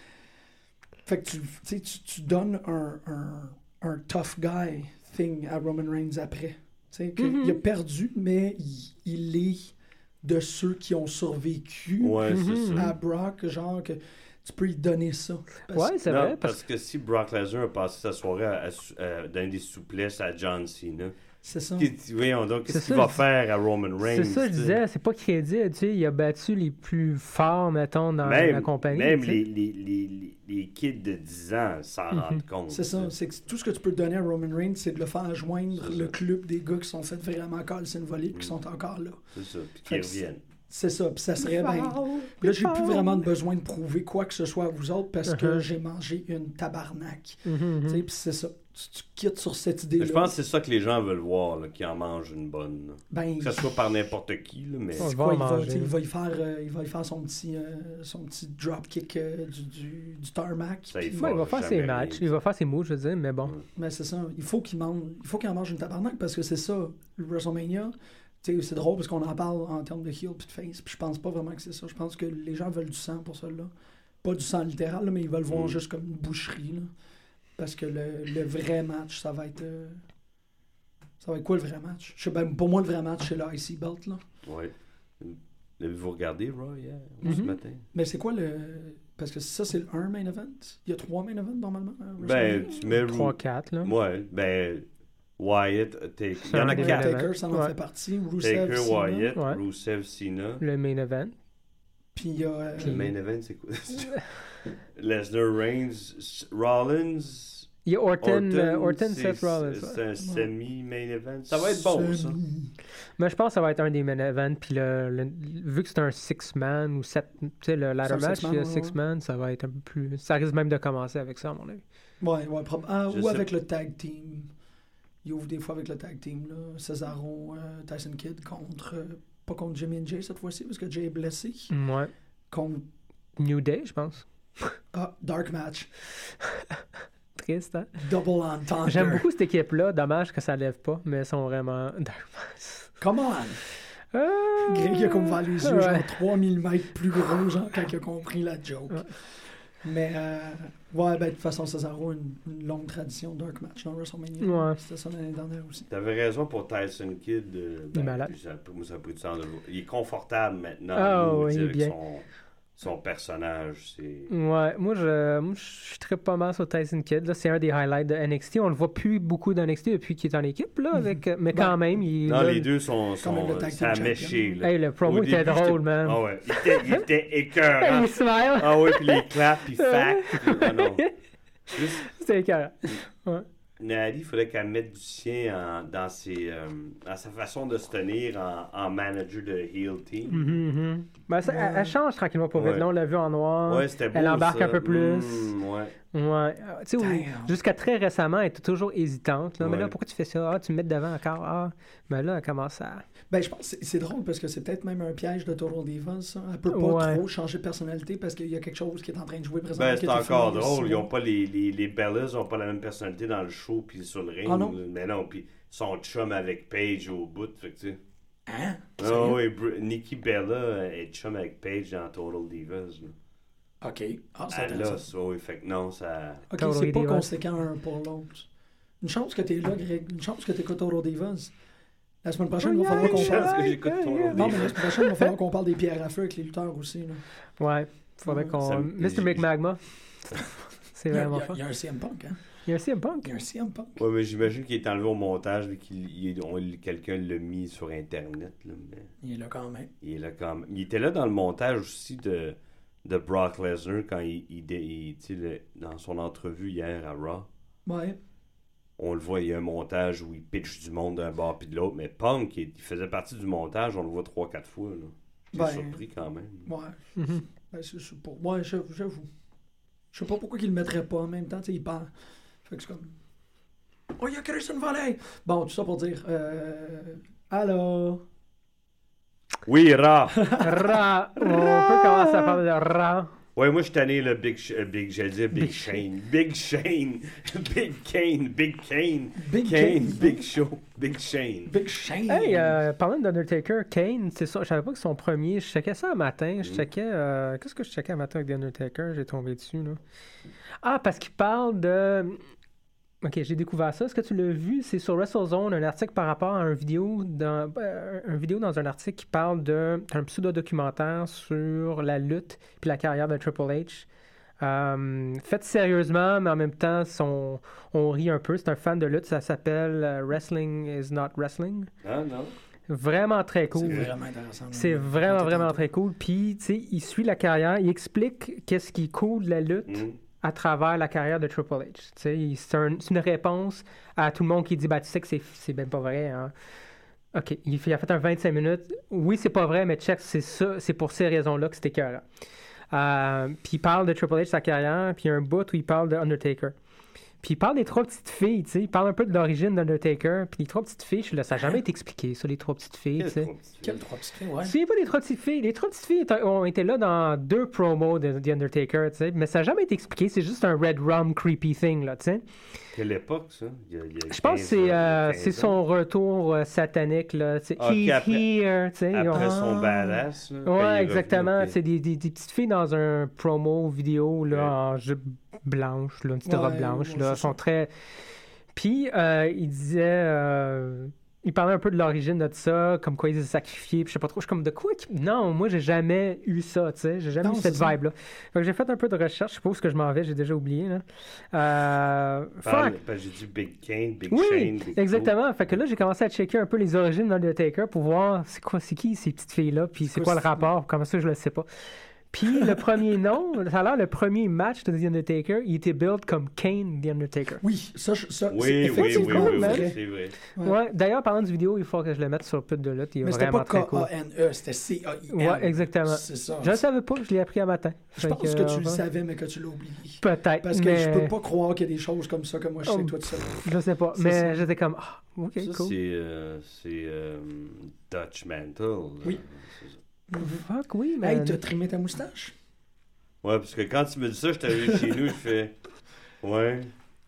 Fait que tu donnes un tough guy thing à Roman Reigns après. Tu sais, qu'il Mhm. a perdu, mais il est de ceux qui ont survécu Ouais, c'est ça. à Brock, genre que tu peux lui donner ça. Ouais, c'est Non, vrai. parce que si Brock Lesnar a passé sa soirée à donner des souplesses à John Cena, C'est ça. voyons donc, qu'est-ce C'est qu'il ça, va faire à Roman Reigns? C'est ça, je tu sais? disais, c'est pas crédible, tu sais, il a battu les plus forts, mettons, dans la compagnie. Même tu sais. les kids de 10 ans s'en rendent compte. C'est ça. C'est que tout ce que tu peux donner à Roman Reigns, c'est de le faire joindre C'est le ça. club des gars qui sont fait vraiment casser une volée et qui sont encore là. C'est ça, puis Fait qu'ils que reviennent. C'est ça. Puis ça serait bien. Là, j'ai plus vraiment besoin de prouver quoi que ce soit à vous autres parce que j'ai mangé une tabarnak. Tu sais, puis c'est ça. Tu quittes sur cette idée-là. Je pense que c'est ça que les gens veulent voir, là, qu'ils en mangent une bonne. Là. Ben, Que ce soit par n'importe qui, là, mais. On c'est va quoi, en il va, manger. tu sais, il va y faire son petit dropkick du tarmac. Ça y puis- Ouais, il va faire ses jamais matchs, rien. il va faire ses moves, je veux dire, mais bon. Mais c'est ça. Il faut qu'il en mange une tabarnak parce que c'est ça, le WrestleMania. Tu sais, c'est drôle parce qu'on en parle en termes de heel puis de face. Puis je pense pas vraiment que c'est ça. Je pense que les gens veulent du sang pour ça, là. Pas du sang littéral, là, mais ils veulent voir juste comme une boucherie, là. Parce que le vrai match, ça va être... Ça va être quoi le vrai match? Je sais, ben, pour moi, le vrai match, c'est le IC Belt, là. Ouais. L'avez-vous regardé, Raw, hier, ce matin? Mais c'est quoi le... Parce que ça, c'est le 1 main event. Il y a 3 main events, normalement. à Ben, WrestleMania. tu mets 3-4, là. Ouais, ben. Wyatt, il y en a un des Ouais, 4. main Taker, ça en Ouais. fait partie. Rusev, Taker, Cena. Wyatt, Ouais. Rusev, Cena. Le main event. Puis il y a... Le main event, c'est quoi? Lesnar, Reigns, Rollins. Il y a Orton Seth c'est- Rollins. C'est Ouais. un semi-main event. Ça va être bon, ça. Mais je pense que ça va être un des main events. Puis vu que c'est un 6-man ou 7, tu sais, le ladder C'est un match, six-man, il y a ouais. 6-man, ça va être un peu plus. Ça risque même de commencer avec ça, à mon avis. Ouais, Je ou sais. avec le tag team. Il ouvre des fois avec le tag team, là. Cesaro, Tyson Kidd contre... pas contre Jimmy and Jay cette fois-ci, parce que Jay est blessé. Ouais. Contre... New Day, je pense. Dark Match. Triste, hein? Double Entendre. J'aime beaucoup cette équipe-là. Dommage que ça lève pas, mais ils sont vraiment. Come on! Greg a comme ouvert les yeux, Ouais. genre 3000 mètres plus gros, genre, quand il a compris la joke. Ouais. Mais, ouais, ben, de toute façon, Cesaro a une longue tradition de Dark Match dans WrestleMania. Ouais. C'était ça l'année dernière aussi. T'avais raison pour Tyson Kidd. Il est malade. Moi, ça a pris du temps de le voir. Il est confortable maintenant. Ah, nous, oui, il est avec bien. son personnage. C'est... Ouais, moi je trippe pas mal sur Tyson Kidd. Là, c'est un des highlights de NXT. On le voit plus beaucoup dans NXT depuis qu'il est en équipe, là, avec, mais quand même, il. Non, là, les deux sont Comme le tag team à champion. mécher. Là. Hey, le promo Au était début, drôle, j'étais- man. Ah ouais, il était écœurant. Il smile. Ah ouais, puis les claps, puis fact. Ah non. Juste, C'était écœurant. Ouais. Nadi, il faudrait qu'elle mette du sien dans sa façon de se tenir en manager de heel team. Mhm. Ben, ça, elle change tranquillement pour vite. Ouais. Là, on l'a vu en noir. Ouais, c'était beau. Elle embarque ça. un peu plus. Ouais. Ouais. Tu sais, Damn. jusqu'à très récemment, elle était toujours hésitante. Là. Mais là, Ouais. pourquoi tu fais ça? Ah, tu me mets devant encore. Ah, mais là, elle commence à. Ben, je pense que c'est drôle parce que c'est peut-être même un piège de Total Divas, ça. Elle peut pas Ouais. trop changer de personnalité parce qu'il y a quelque chose qui est en train de jouer présentement. Ben, qui c'est a été encore filmé drôle. aussi, Ils ont ouais. pas les Bellas n'ont pas la même personnalité dans le show puis sur le ring. Ah non? Mais non, puis son chum avec Paige au bout. Fait que, tu sais. Hein? Ah Sérieux? oui, Nikki Bella est chum avec Paige dans Total Divas. Là. OK. Ah, c'est Elle intéressant. a ça, oui. Fait que non, ça... OK, Total c'est pas Divas. conséquent un pour l'autre. Une chance que t'es là, Greg. Une chance que t'écoutes Total Divas. La semaine prochaine, il va falloir qu'on Une chance parle... que j'écoute Total Non, mais la Divas. semaine prochaine, il va falloir qu'on parle des pierres à feu avec les lutteurs aussi. Là. Ouais. Faudrait Ouais. qu'on. Ça Mr. McMagma. C'est Il y a- vraiment il y a- fun. il y a un CM Punk, hein? Il y a aussi un punk. Il y a un CM Punk. Ouais, mais j'imagine qu'il est enlevé au montage et quelqu'un l'a mis sur Internet. Là, mais Il est là quand même. il est là quand même. Il était là dans le montage aussi de Brock Lesnar quand tu sais, dans son entrevue hier à Raw. Ouais. On le voit, il y a un montage où il pitch du monde d'un bord puis de l'autre. Mais Punk, il faisait partie du montage, on le voit 3-4 fois. Là. J'ai Ben, surpris quand même. Ouais. Mhm. Ben, c'est pas... Ouais, j'avoue. Je sais pas pourquoi qu'il le mettrait pas en même temps. Tu sais, il parle. Fait que c'est comme... Oh, il y a Christian Valley! Bon, tout ça pour dire... Allô? Oui, Raw! Ra. On peut commencer à parler de Ra. Ouais, moi je suis tanné le j'allais dire Big Shane. Big Shane. Big Kane. Big Kane. Big Kane. Kane. Big Show. Big Shane. Big Shane! Hey, parlant d'Undertaker, Kane, c'est ça. Je savais pas que son premier. Je checkais ça un matin. Je checkais. Qu'est-ce que je checkais un matin avec The Undertaker? J'ai tombé dessus, là. Ah, parce qu'il parle de. OK, j'ai découvert ça. Est-ce que tu l'as vu? C'est sur WrestleZone, un article par rapport à une vidéo dans un article qui parle d'un pseudo-documentaire sur la lutte puis la carrière de Triple H. Fait sérieusement, mais en même temps, on rit un peu. C'est un fan de lutte, ça s'appelle Wrestling is not Wrestling. Ah non? Vraiment très cool. C'est vraiment intéressant. C'est vraiment très cool. Puis, tu sais, il suit la carrière, il explique qu'est-ce qui est cool de la lutte à travers la carrière de Triple H. Tu sais, c'est une réponse à tout le monde qui dit, tu sais que c'est même pas vrai, hein. OK, il a fait un 25 minutes. Oui, c'est pas vrai, mais check, c'est ça, c'est pour ces raisons-là que c'était écœurant. Puis il parle de Triple H, sa carrière, puis il y a un bout où il parle de Undertaker. Puis il parle des 3 petites filles, tu sais. Il parle un peu de l'origine d'Undertaker. Puis les 3 petites filles, je suis là, ça n'a jamais été expliqué, ça, les 3 petites filles, tu sais. Quelles 3 petites filles, ouais. Tu sais pas des 3 petites filles. Les 3 petites filles ont été là dans 2 promos de The Undertaker, tu sais. Mais ça n'a jamais été expliqué. C'est juste un Red Rum creepy thing, là, tu sais. Quelle époque, ça? Je pense que c'est son retour satanique, là. He's here, tu sais. Après son badass, là. Ouais, exactement. C'est des petites filles dans un promo vidéo, là, en jupe blanche, là, une petite robe blanche, là. Elles sont très... Puis, il disait... il parlait un peu de l'origine de ça, comme quoi ils étaient sacrifiés, puis je sais pas trop, je suis comme de quoi non, moi j'ai jamais eu ça, tu sais, j'ai jamais eu cette vibe-là. Fait que j'ai fait un peu de recherche, je suppose que je m'en vais, j'ai déjà oublié, là. J'ai dit Big Kane, Big oui, Shane, Big exactement. Fait que là, j'ai commencé à checker un peu les origines d'Undertaker pour voir c'est qui ces petites filles-là, puis c'est quoi le rapport, comment ça je le sais pas. Puis le premier nom, ça a l'air le premier match de The Undertaker, il était build comme Kane The Undertaker. Oui, ça oui, effectivement c'est vrai. Ouais. D'ailleurs, parlant de vidéo, il faut que je le mette sur Pute de lutte. Mais c'était pas K-A-N-E, c'était C-A-I-N. Ouais, exactement. C'est ça. Je le savais pas, je l'ai appris un matin. Je pense que tu le savais, mais que tu l'as oublié. Peut-être. Parce que je peux pas croire qu'il y a des choses comme ça que moi je sais toi tout seul. Je sais pas, mais j'étais comme, ok, ça, cool. C'est Dutch Mantle. Oui. Fuck, oui, mais. Hey, t'as trimé ta moustache? Ouais, parce que quand tu me dis ça, je t'arrive chez nous, je fais. Ouais,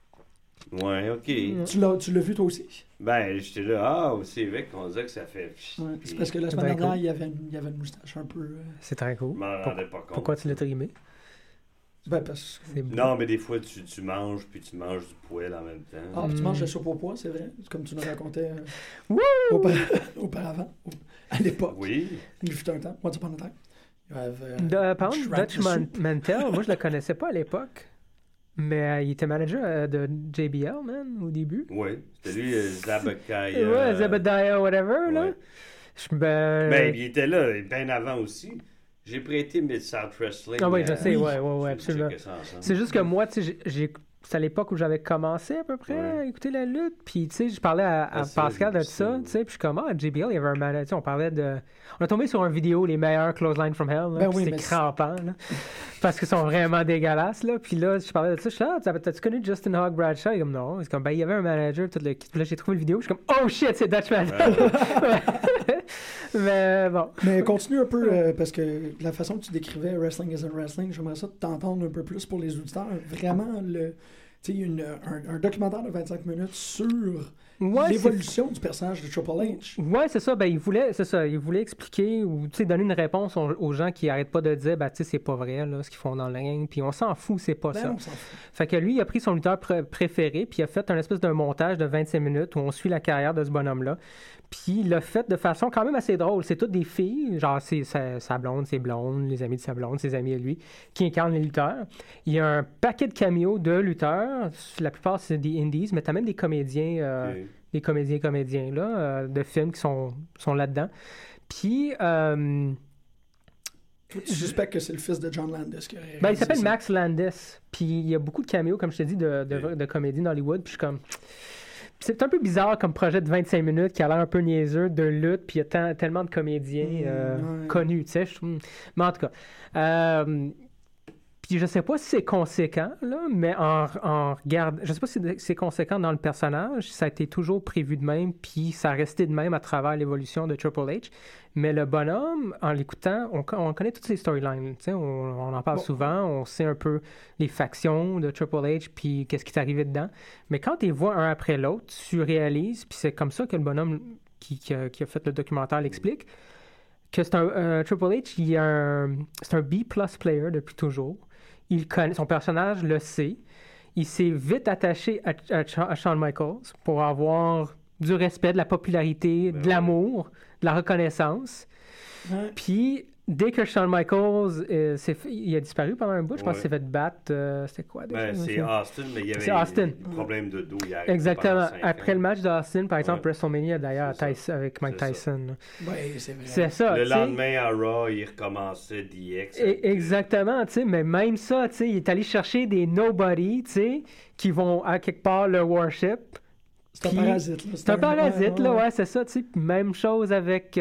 ok. Tu l'as vu toi aussi? Ben, j'étais là, c'est vrai qu'on disait que ça fait. Ouais, c'est parce que la semaine dernière, il y avait une moustache un peu. C'est très cool. Je m'en rendais pas compte. Pourquoi tu l'as trimé? Ben, parce que... Non, mais des fois, tu manges, puis tu manges du poêle en même temps. Ah, puis tu manges la soupe au pois, c'est vrai? Comme tu nous racontais auparavant, à l'époque. Oui. Il fut un temps, once upon a time. Par contre, Dutch Mantel, moi je le connaissais pas à l'époque, mais il était manager de JBL, man, au début. Oui, c'était lui, Zabakaya. Ouais, Zabadiah, whatever, là. Ben, il était là, bien avant aussi. J'ai prêté Mid-South Wrestling. Ah oui, je sais, ouais, absolument. C'est juste que moi, tu sais, c'est à l'époque où j'avais commencé à peu près à écouter la lutte. Puis, tu sais, je parlais à Pascal de ça, tu sais. Puis, je suis comme, JBL, il y avait un manager. On parlait de. On a tombé sur une vidéo, les meilleurs Clothesline from Hell. Là, c'est crampant, là. Parce qu'ils sont vraiment dégueulasses, là. Puis là, je parlais de ça. Je suis là, t'as-tu connu Justin Hogg Bradshaw? Il est comme, non. C'est comme, il y avait un manager, tout le kit. Puis là, j'ai trouvé la vidéo. Je suis comme, oh shit, c'est Dutch Mantel. Mais bon. Mais continue un peu, parce que la façon que tu décrivais Wrestling Isn't Wrestling, j'aimerais ça t'entendre un peu plus pour les auditeurs. Vraiment, un documentaire de 25 minutes sur l'évolution du personnage de Triple H. Ouais, c'est ça. Ben, il voulait expliquer ou donner une réponse aux gens qui n'arrêtent pas de dire, c'est pas vrai, là, ce qu'ils font dans le ring. Puis on s'en fout, c'est pas ça. On s'en fout. Fait que lui, il a pris son lutteur préféré, puis il a fait un espèce de montage de 25 minutes où on suit la carrière de ce bonhomme-là. Puis il l'a fait de façon quand même assez drôle. C'est toutes des filles, genre c'est sa blonde, ses blondes, les amis de sa blonde, ses amis à lui, qui incarnent les lutteurs. Il y a un paquet de caméos de lutteurs. La plupart, c'est des indies, mais t'as même des comédiens, des comédiens là, de films qui sont là-dedans. Puis... tu suspectes que c'est le fils de John Landis qui il s'appelle Max Landis. Puis il y a beaucoup de caméos, comme je te dis, de comédies d'Hollywood. Puis je suis comme... C'est un peu bizarre comme projet de 25 minutes qui a l'air un peu niaiseux, de lutte, puis il y a tellement de comédiens connus, tu sais. Mais en tout cas... puis je sais pas si c'est conséquent, là, mais en regardant... Je sais pas si c'est conséquent dans le personnage, ça a été toujours prévu de même, puis ça a resté de même à travers l'évolution de Triple H. Mais le bonhomme, en l'écoutant, on connaît toutes ces storylines, tu sais, on en parle souvent, on sait un peu les factions de Triple H, puis qu'est-ce qui est arrivé dedans. Mais quand tu les vois un après l'autre, tu réalises, puis c'est comme ça que le bonhomme qui a fait le documentaire l'explique, que c'est un Triple H, c'est un B+ player depuis toujours. Il connaît, son personnage le sait. il s'est vite attaché à Shawn Michaels pour avoir du respect, de la popularité, de l'amour, de la reconnaissance. Ouais. Puis, dès que Shawn Michaels il a disparu pendant un bout, je pense qu'il s'est fait battre. C'était quoi déjà? C'est Austin, mais il y avait Austin. un problème de dos. Exactement. Après le match d'Austin, par exemple, WrestleMania, d'ailleurs, avec Mike Tyson. Oui, c'est vrai. C'est ça. Le lendemain, à Raw, il recommençait DX. Exactement, tu sais, mais même ça, tu sais, il est allé chercher des nobody, tu sais, qui vont à quelque part le worship. C'est un parasite, là. C'est un parasite, là, ouais, c'est ça, tu sais. Même chose avec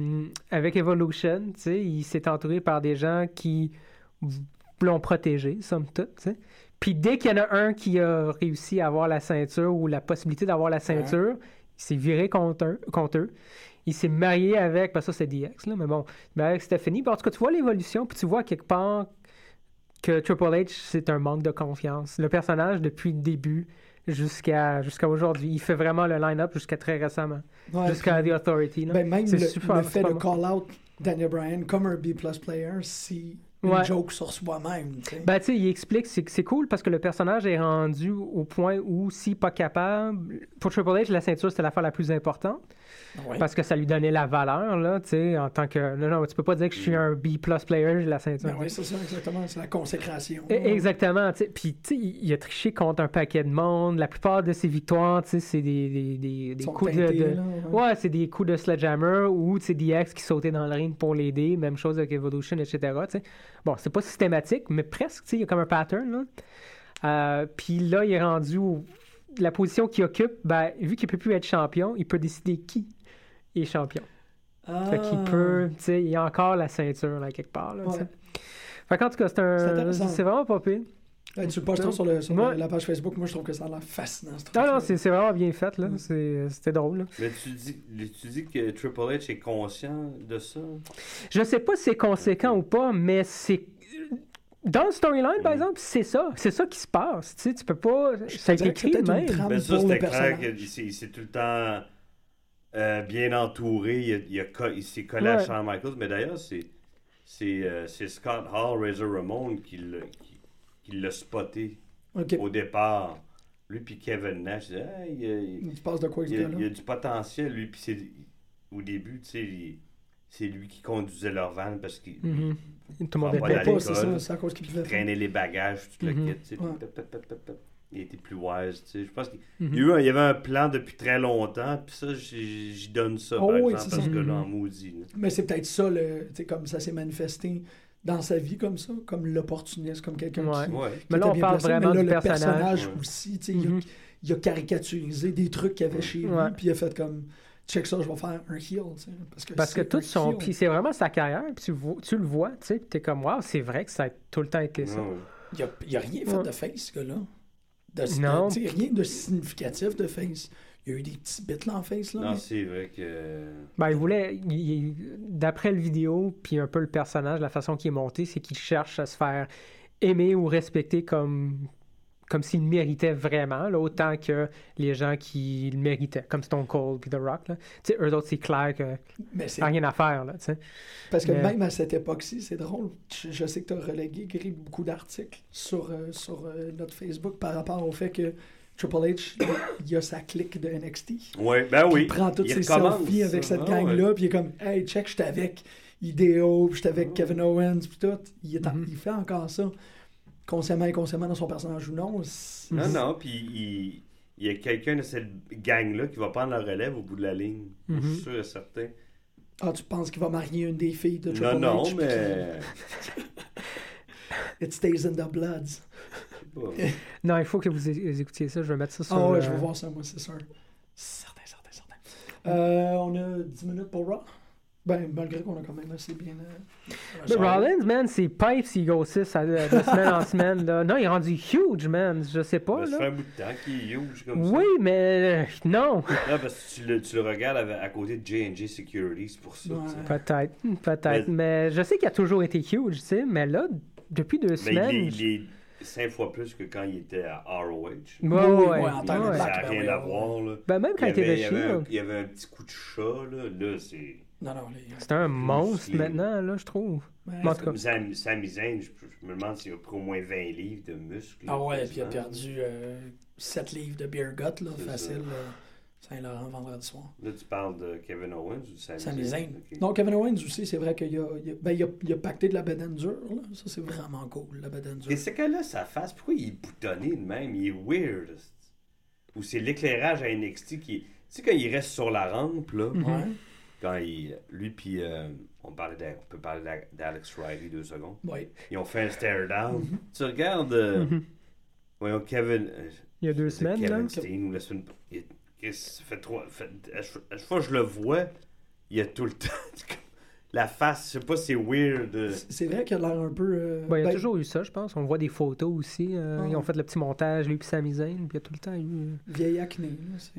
Evolution, tu sais, il s'est entouré par des gens qui l'ont protégé, somme toute, tu sais. Puis dès qu'il y en a un qui a réussi à avoir la ceinture ou la possibilité d'avoir la ceinture, il s'est viré contre eux. Il s'est marié avec, ça c'est DX, là, mais bon, avec Stephanie. Puis en tout cas, tu vois l'évolution, puis tu vois quelque part que Triple H, c'est un manque de confiance. Le personnage, depuis le début jusqu'à aujourd'hui, il fait vraiment le line-up jusqu'à très récemment, jusqu'à The Authority. Là. Même le fait de call-out Daniel Bryan comme un B+ player, c'est une joke sur soi-même. T'sais. Ben, tu sais, il explique, c'est cool parce que le personnage est rendu au point où, s'il n'est pas capable, pour Triple H, la ceinture, c'était l'affaire la plus importante. Oui. Parce que ça lui donnait la valeur, là, tu sais, en tant que... Non, tu peux pas dire que je suis un B+ player, j'ai la ceinture. Ben oui, c'est ça, exactement, c'est la consécration. Exactement, tu sais, puis, tu sais, il a triché contre un paquet de monde, la plupart de ses victoires, tu sais, c'est des coups de... Ouais, c'est des coups de sledgehammer ou, tu sais, DX qui sautait dans le ring pour l'aider, même chose avec Evolution, etc., tu sais. Bon, c'est pas systématique, mais presque, tu sais, il y a comme un pattern, là. Puis là, il est rendu... La position qu'il occupe, ben, vu qu'il peut plus être champion, il peut décider qui est champion. Fait qu'il peut, tu sais, il y a encore la ceinture, là, quelque part, là, Fait qu'en tout cas, c'est vraiment pas pire. Tu le posteras sur la page Facebook. Moi, je trouve que ça a l'air fascinant. Non, c'est vraiment bien fait, là. C'était drôle, là. Mais tu dis que Triple H est conscient de ça? Je sais pas si c'est conséquent ou pas, mais c'est... Dans le storyline, par exemple, c'est ça. C'est ça qui se passe. Tu sais, tu peux pas... Ça a été écrit même. Mais ça, c'était clair qu'il s'est tout le temps bien entouré. Il s'est collé à Shawn Michaels. Mais d'ailleurs, c'est Scott Hall, Razor Ramon qui l'a spoté au départ. Lui puis Kevin Nash. Il se passe de quoi, ce gars-là? Il y a du potentiel, lui. Puis au début, tu sais... C'est lui qui conduisait leur van parce qu'il tout le monde pas à l'école, c'est à cause qu'il pouvait traîner les bagages, tout le kit. Tu sais, il était plus wise. Tu sais. Je pense qu'il y avait un plan depuis très longtemps, puis ça, j'y donne ça, par exemple, parce que là, en maudit. Là. Mais c'est peut-être ça, comme ça s'est manifesté dans sa vie comme ça, comme l'opportuniste, comme quelqu'un qui mais là, on parle vraiment du personnage aussi. Tu sais, il a caricaturisé des trucs qu'il y avait chez lui, puis il a fait comme... Check ça, je vais faire un heel, tu sais, parce que tout son... Puis c'est vraiment sa carrière, puis tu le vois, tu sais, puis t'es comme, wow, c'est vrai que ça a tout le temps été ça. Il n'y a rien fait de face, ce gars-là. Non. Rien de significatif de face. Il y a eu des petits bits là en face, là. Non, c'est vrai que... Ben, il voulait... d'après le vidéo, puis un peu le personnage, la façon qu'il est monté, c'est qu'il cherche à se faire aimer ou respecter comme s'il le méritait vraiment, là, autant que les gens qui le méritaient, comme Stone Cold et The Rock. Tu sais, eux autres, c'est clair que rien à faire. Là, parce que même à cette époque-ci, c'est drôle. Je sais que tu as relégué beaucoup d'articles sur notre Facebook par rapport au fait que Triple H, il a sa clique de NXT. Oui, ben oui. Il prend toutes ses selfies avec cette gang-là, puis il est comme, hey, check, j'étais avec Hideo, puis j'étais avec Kevin Owens, puis tout. Il fait encore ça. Consciemment et inconsciemment dans son personnage ou non. Non, puis il y a quelqu'un de cette gang-là qui va prendre la relève au bout de la ligne. Je suis sûr et certain. Ah, tu penses qu'il va marier une des filles de Triple H? Non, mais... It stays in the bloods. Non, il faut que vous écoutiez ça. Je vais mettre ça sur... Ah ouais, je vais voir ça, moi, c'est sûr. Certain. On a 10 minutes pour Raw. Ben, malgré qu'on a quand même assez bien... Mais Rollins, man, c'est Pipe s'il go 6 de semaine en semaine. Là. Non, il est rendu huge, man. Je sais pas. Ça fait un bout de temps qu'il est huge comme ça. Oui, mais non. Là, parce que tu le regardes à côté de J&J Security, c'est pour ça. Ouais. Peut-être. Mais je sais qu'il a toujours été huge, tu sais. Mais là, depuis 2 semaines... Il est 5 fois plus que quand il était à ROH. En tant que ça n'a rien à voir. Là. Ben, même quand il était de il y avait un petit coup de chat. Là c'est... Non, c'est un monstre maintenant, là, je trouve. En tout cas. Sami Zayn, je me demande s'il a pris au moins 20 livres de muscles. Ah ouais, puis il a perdu 7 livres de beer gut, là, C'est facile. Saint-Laurent, vendredi soir. Là, tu parles de Kevin Owens ou Sami Zayn. Okay. Non, Kevin Owens aussi, c'est vrai qu'il a pacté de la bedaine dure. Là. Ça, c'est vraiment cool, la bedaine dure. Et c'est que là, sa face, pourquoi il est boutonné de même? Il est weird. Ou c'est l'éclairage à NXT qui... Tu sais, quand il reste sur la rampe, là, Ouais. quand lui puis on peut parler d'Alex Riley 2 secondes. Ouais. Ils ont fait un stare down. Tu regardes voyons Kevin Il y a 2 semaines, là. Kevin Steen ou la semaine ça fait 3 à chaque fois que je le vois, il y a tout le temps la face, je sais pas, c'est weird. C'est vrai qu'il a l'air un peu... Il y a toujours eu ça, je pense. On voit des photos aussi. Ils ont fait le petit montage, lui et Sami Zayn, puis il y a tout le temps eu... Vieille acné.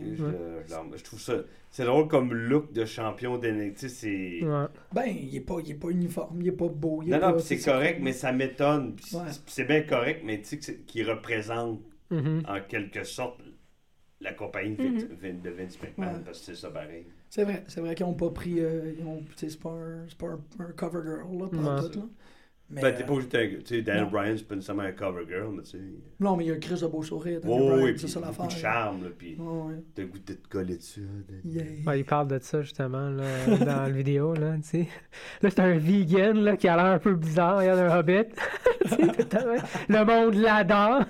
Je trouve ça... C'est drôle comme look de champion d'NXT, c'est... Ouais. Ben, il est pas uniforme, il est pas beau. Non, c'est correct, mais ça m'étonne. Ouais. C'est bien correct, mais tu sais qu'il représente Mm-hmm. en quelque sorte la compagnie de Vince McMahon, parce que c'est ça pareil. C'est vrai qu'ils n'ont pas pris... c'est pas un cover girl, là, pas tout, là. Mais, Ben, t'es pas obligé de... Tu sais, Daniel Bryan, c'est pas nécessairement un cover girl, mais tu sais... Non, mais il y a un crise de beau sourire. Oui, c'est ça l'affaire. beaucoup de charme, là, puis Ouais. t'as le goût de te coller dessus. Yeah. Ouais, il parle de ça, justement, là, dans la vidéo, là, tu sais. Là, c'est un vegan, là, qui a l'air un peu bizarre, il y a un hobbit. Le monde l'adore.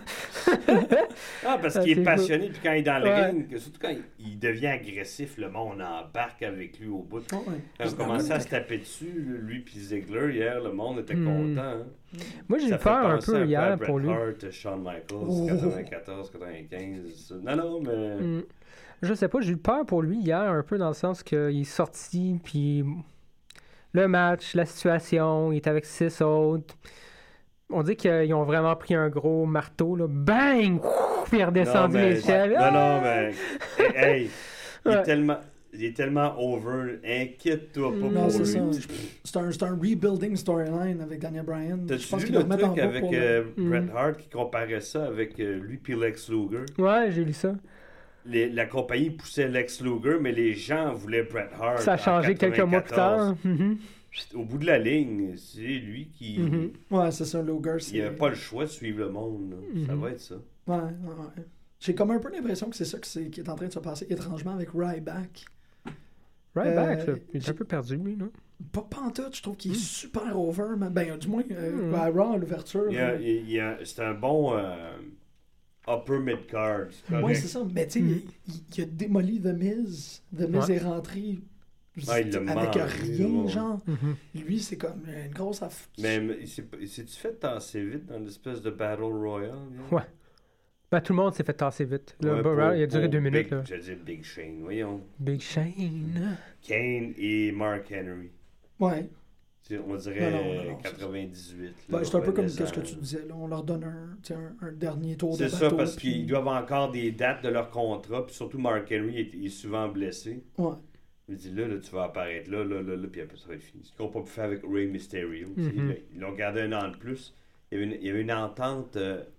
Parce qu'il est c'est passionné, puis quand il est dans le Ouais. ring, surtout quand il devient agressif, le monde embarque avec lui au bout. Ouais. Quand on commençait à se taper dessus, lui puis Ziggler, hier, le monde était content. Hein? Moi, j'ai eu Ça fait peur un penser peu à hier Bret pour lui. Hart, Shawn Michaels, 94, 95. Non, mais... Je sais pas, j'ai eu peur pour lui hier, un peu dans le sens qu'il est sorti, puis le match, la situation, il est avec 6 autres. On dit qu'ils ont vraiment pris un gros marteau, là, bang! Puis il est redescendu l'échelle. Non, mais... Hey, Ouais. il est tellement over. Inquiète-toi pas Non, pour c'est lui. ça. C'est un rebuilding storyline avec Daniel Bryan. Je T'as-tu pense vu qu'il le va remettre en truc bas avec pour Bret Hart qui comparait ça avec lui puis Lex Luger? Ouais, j'ai lu ça. La compagnie poussait Lex Luger, mais les gens voulaient Bret Hart. Ça a changé quelques mois plus tard. Mhm. Au bout de la ligne, c'est lui qui... Ouais, c'est ça, Luger. Il n'avait pas le choix de suivre le monde. Là. Ça va être ça. Ouais. J'ai comme un peu l'impression que c'est ça qui est en train de se passer étrangement avec Ryback. Ryback, il est un peu perdu, lui, non? Pas en tout, je trouve qu'il est super over. Mais, ben, du moins, à Raw, à l'ouverture. C'est un bon upper mid-card. Ouais, c'est ça. Mais tu sais, il a démoli The Miz. The Miz est rentré il l'a avec mangé, rien, genre. Mm-hmm. Lui, c'est comme une grosse affaire. Mais il s'est-tu fait tasser vite dans l'espèce de Battle Royale? Ouais. Ben, tout le monde s'est fait tasser vite. Le Ouais, Battle il a duré 2 minutes. Big, Là. je dis Big Shane, voyons. Big Shane. Kane et Mark Henry. Ouais. On dirait Non, 98. Ben, c'est un peu comme ce que tu disais. Là. On leur donne un dernier tour de C'est bateau. ça, parce puis... qu'ils doivent encore des dates de leur contrat. Puis surtout, Mark Henry il est souvent blessé. Ouais. Il dit là, tu vas apparaître là, puis après ça va être fini. Ce qu'ils n'ont pas pu faire avec Rey Mysterio. Ils l'ont gardé un an de plus. Il y avait une entente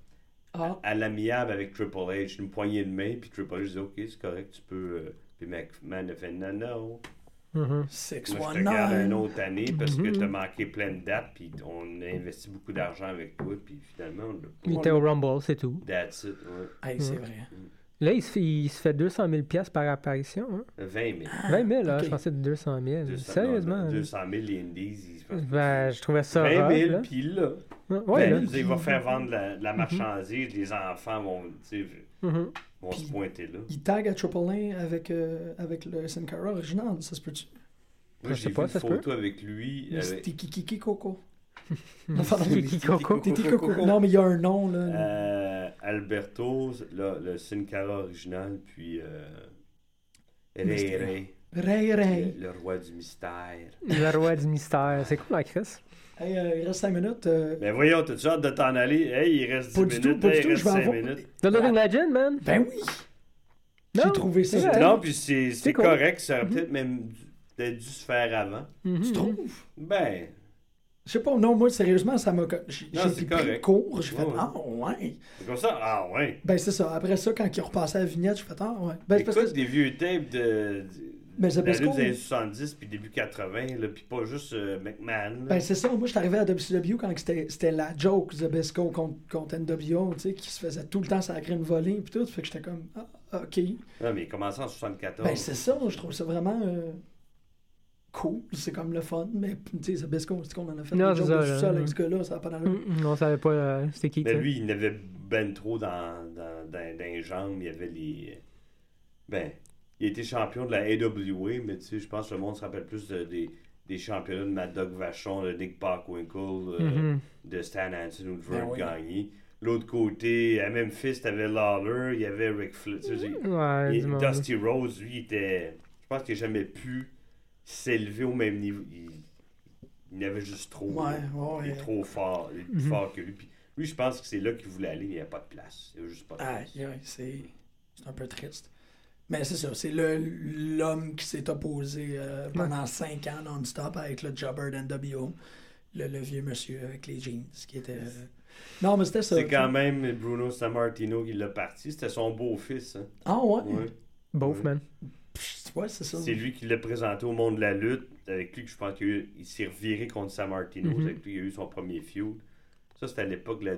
à l'amiable avec Triple H, une poignée de main, puis Triple H dit ok, c'est correct, tu peux. Puis McMahon a fait non. Moi, je te garde une autre année parce que tu as manqué plein de dates, puis on a investi beaucoup d'argent avec toi, puis finalement, il était au Rumble, c'est tout. That's it, ouais. Hey, c'est vrai. Là, il se fait 200 000 $ par apparition. Hein? 20 000. 20 000, là, okay. je pensais de 200 000. Sérieusement? 200 000, les Indies. Ben, je trouvais ça 20 000, là. puis là. Ouais, là. Il va faire vendre la marchandise, les enfants vont se pointer là. Il tag à Triple A avec le Sin Cara original, ça se peut-tu? Moi, j'ai vu une photo avec lui. C'est Tiki Coco. Tiki Coco. Non, mais il y a un nom, là. Alberto, le Sin Cara original, puis Ray. Le roi du mystère. Le roi du mystère. C'est cool, la Chris. Hey, il reste 5 minutes. Ben voyons, t'as-tu hâte de t'en aller? Hey, il reste 10 minutes. Pas du tout, il je reste vais 5 avoir... minutes. The Living Legend, man. Ben oui! J'ai trouvé ça. Non, puis c'est cool. correct, ça aurait peut-être même dû se faire avant. Tu trouves? Ben... Je sais pas, non, moi, sérieusement, ça m'a... J'ai été pris correct. court, j'ai fait, Ouais. ah, ouais. C'est comme ça, ah ouais. Ben, c'est ça. Après ça, quand il repassait à la vignette, j'ai fait, ah, ouais. Ben, Écoute, parce que... des vieux tapes Mais la Zbyszko... lutte des années 70 puis début 80, là, puis pas juste McMahon. Là. Ben c'est ça, moi je suis arrivé à WCW quand c'était la joke Zbyszko contre NWO, tu sais, qui se faisait tout le temps sacrer une volée puis tout, fait que j'étais comme, ok. Non, mais il commençait en 74. Ben c'est ça, je trouve ça vraiment cool, c'est comme le fun, mais tu sais, Zbyszko, c'est qu'on en a fait des jokes de tout seul avec ce gars-là, ça n'a pas d'allure. On savait pas c'était qui. Mais lui, il n'avait ben trop dans les jambes, il y avait les... Ben... Il a été champion de la AWA, mais tu sais, je pense que le monde se rappelle plus des championnats de Mad Dog Vachon, de Nick Bockwinkel, de Stan Hansen ou de Vern Gagné. L'autre côté, à Memphis, t'avais Lawler, il y avait Rick Flair. Dusty Rhodes, lui, était... Je pense qu'il n'a jamais pu s'élever au même niveau. Il avait juste trop... Il est trop fort. Il est plus fort que lui. Puis lui, je pense que c'est là qu'il voulait aller, mais il n'y a pas de place. Il n'y a juste pas de place. C'est un peu triste. Mais c'est ça, c'est l'homme qui s'est opposé pendant 5 ans non-stop avec le jobber d'NWO, le vieux monsieur avec les jeans, qui était... Non, mais c'était ça. C'est quand même Bruno Sammartino qui l'a parti, c'était son beau-fils. Hein. Ah ouais? Both, man. Ouais, c'est ça. C'est lui qui l'a présenté au monde de la lutte, avec lui que je pense qu'il s'est reviré contre Sammartino, avec lui il a eu son premier feud. Ça, c'était à l'époque de la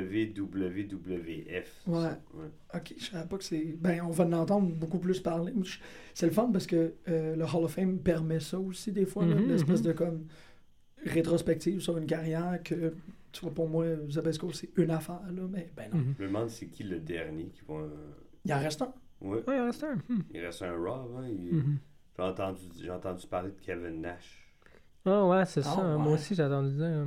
WWF. Ouais. Ok, je savais pas que c'est... Ben, on va en entendre beaucoup plus parler. C'est le fun parce que le Hall of Fame permet ça aussi, des fois, l'espèce de comme rétrospective sur une carrière que, tu vois, pour moi, Zbyszko, c'est une affaire, là, mais ben non. Je me demande c'est qui le dernier qui va... Il en reste un. Ouais. Il en reste un. Il reste un Raw, hein. J'ai entendu parler de Kevin Nash. Ah ouais, c'est ça. Ouais. Moi aussi, j'ai entendu dire.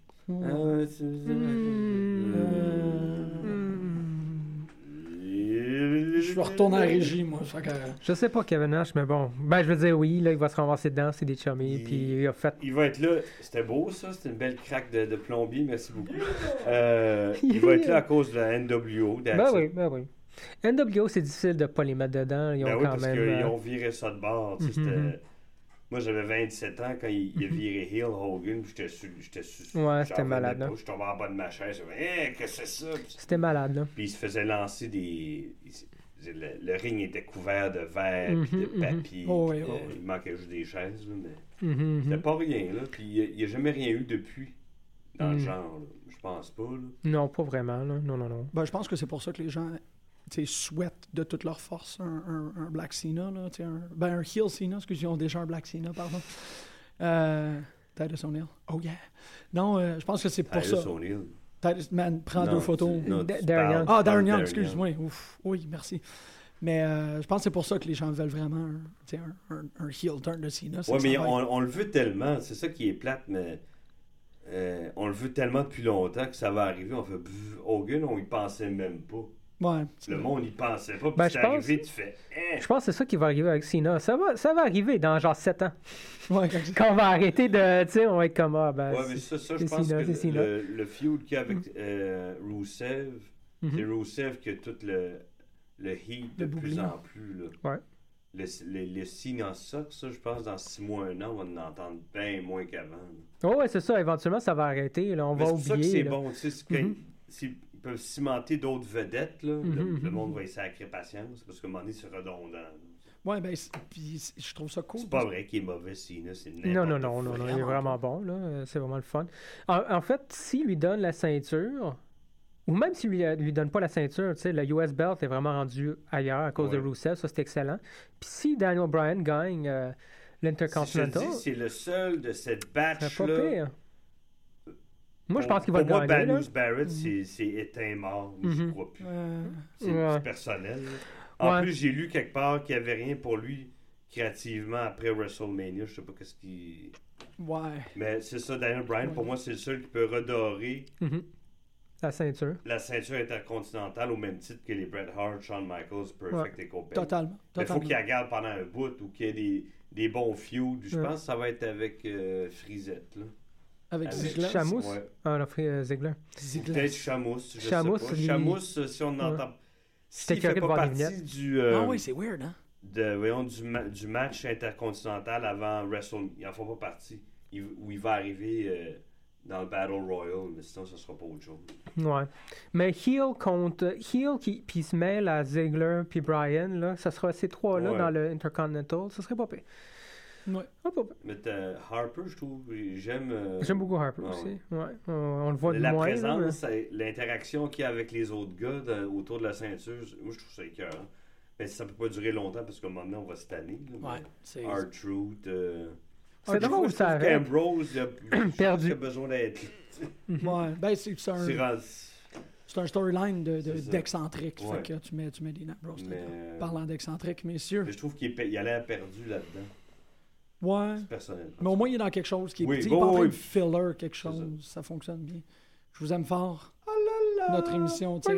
Je vais retourner à la régie, moi. Je sais pas Kevin Nash, mais bon. Ben, je veux dire, oui, là, il va se ramasser dedans, c'est des chummies, puis il a fait... Il va être là. C'était beau, ça. C'était une belle craque de plombier. Merci beaucoup. Il va être là à cause de la NWO. Ben oui. NWO, c'est difficile de pas les mettre dedans. Ils ont parce qu'ils ont viré ça de bord. Moi, j'avais 27 ans quand il a viré Heel Hogan, puis j'étais ouais, c'était malade, là. Je tombais en bas de ma chaise, qu'est-ce que c'est ça? C'était malade, là. Puis il se faisait lancer des... Le ring était couvert de verre, puis de papier. Il manquait juste des chaises, là, mais c'était pas rien, là. Puis il n'y a jamais rien eu depuis dans le genre, là. Je pense pas, là. Non, pas vraiment, là. Non. Ben, je pense que c'est pour ça que les gens... souhaitent de toute leur force un Black Cena, là, un Heel Cena, excusez, ils ont déjà un Black Cena, pardon. Titus O'Neil. Oh yeah. Non, je pense que c'est pour ça. Titus O'Neil. Titus, man, prends 2 photos. Darren Young. Ah, Darren Young, excuse-moi. Ouf. Oui, merci. Mais je pense que c'est pour ça que les gens veulent vraiment un heel turn de Cena. Oui, mais on le veut tellement. C'est ça qui est plate, mais on le veut tellement depuis longtemps que ça va arriver. On fait Hogan, on y pensait même pas. Ouais, le monde n'y pensait pas, puis c'est arrivé, tu fais... Je pense que c'est ça qui va arriver avec Cena. Ça va arriver dans genre 7 ans. Ouais, quand on va arrêter de... Tu sais, on va être comme... ouais, mais ça je pense que le feud qu'il y a avec Rusev, c'est Rusev qui a tout le heat de plus en plus. Là. Ouais. Le Cena Sucks, ça, je pense, dans 6 mois, 1 an, on va en entendre bien moins qu'avant. Ouais, c'est ça. Éventuellement, ça va arrêter. Là, on va oublier. C'est pour ça que c'est bon. Tu sais, ils peuvent cimenter d'autres vedettes, là. Le monde va y sacrer patience, parce qu'à un moment donné, c'est redondant. Ouais, ben, puis je trouve ça cool. C'est pas vrai qu'il est mauvais, Cena, c'est n'importe quoi. Non, il est vraiment bon, là. C'est vraiment le fun. En fait, s'il lui donne la ceinture, ou même s'il lui donne pas la ceinture, tu sais, le US Belt est vraiment rendu ailleurs à cause de Rusev, ça c'est excellent. Puis si Daniel Bryan gagne l'Intercontinental... Si je te dis, c'est le seul de cette batch-là... C'est pas pire. Moi, je pense qu'il va le gagner. Pour moi, Banus Barrett, c'est éteint mort. Je crois plus. C'est personnel. En plus, j'ai lu quelque part qu'il n'y avait rien pour lui créativement après WrestleMania. Je sais pas qu'est-ce qui... Ouais. Mais c'est ça, Daniel Bryan, pour moi, c'est le seul qui peut redorer la ceinture intercontinentale au même titre que les Bret Hart, Shawn Michaels, Perfect et Copain. Totalement. Il faut qu'il la garde pendant un bout ou qu'il y ait des bons feuds. Je pense que ça va être avec Frisette, là. Avec Ziggler. Chamous? Ah, non, Ziggler. Peut-être Chamous, je Chamous, sais pas. Chamous, si on entend... S'il fait pas partie du... ah oui, c'est weird, hein? Du match intercontinental avant WrestleMania. Il n'en fait pas partie. Où il va arriver dans le Battle Royal, mais sinon, ça sera pas autre chose. Ouais. Mais Heel qui se mêle à Ziggler puis Bryan, là, ça sera ces trois-là dans le Intercontinental. Ça serait pas pire. Ouais. Pas pire. Mais Harper, je trouve, j'aime beaucoup Harper aussi. Ouais. On le voit de la moins. présence, l'interaction qu'il y a avec les autres gars autour de la ceinture, moi, je trouve ça écœurant. Mais ça peut pas durer longtemps parce qu'à un moment donné, on va se tanner. C'est... R-Truth. C'est drôle, ça arrête. Ambrose, il a besoin d'être... ouais, ben c'est un storyline d'excentrique. Ouais. Fait que tu mets Dean Ambrose parlant d'excentrique, messieurs. Mais je trouve qu'il a l'air perdu là-dedans. Ouais. C'est personnel. Mais au moins, il est dans quelque chose qui est petit. Il est pas en train de filler quelque chose. Ça fonctionne bien. Je vous aime fort. Notre émission tire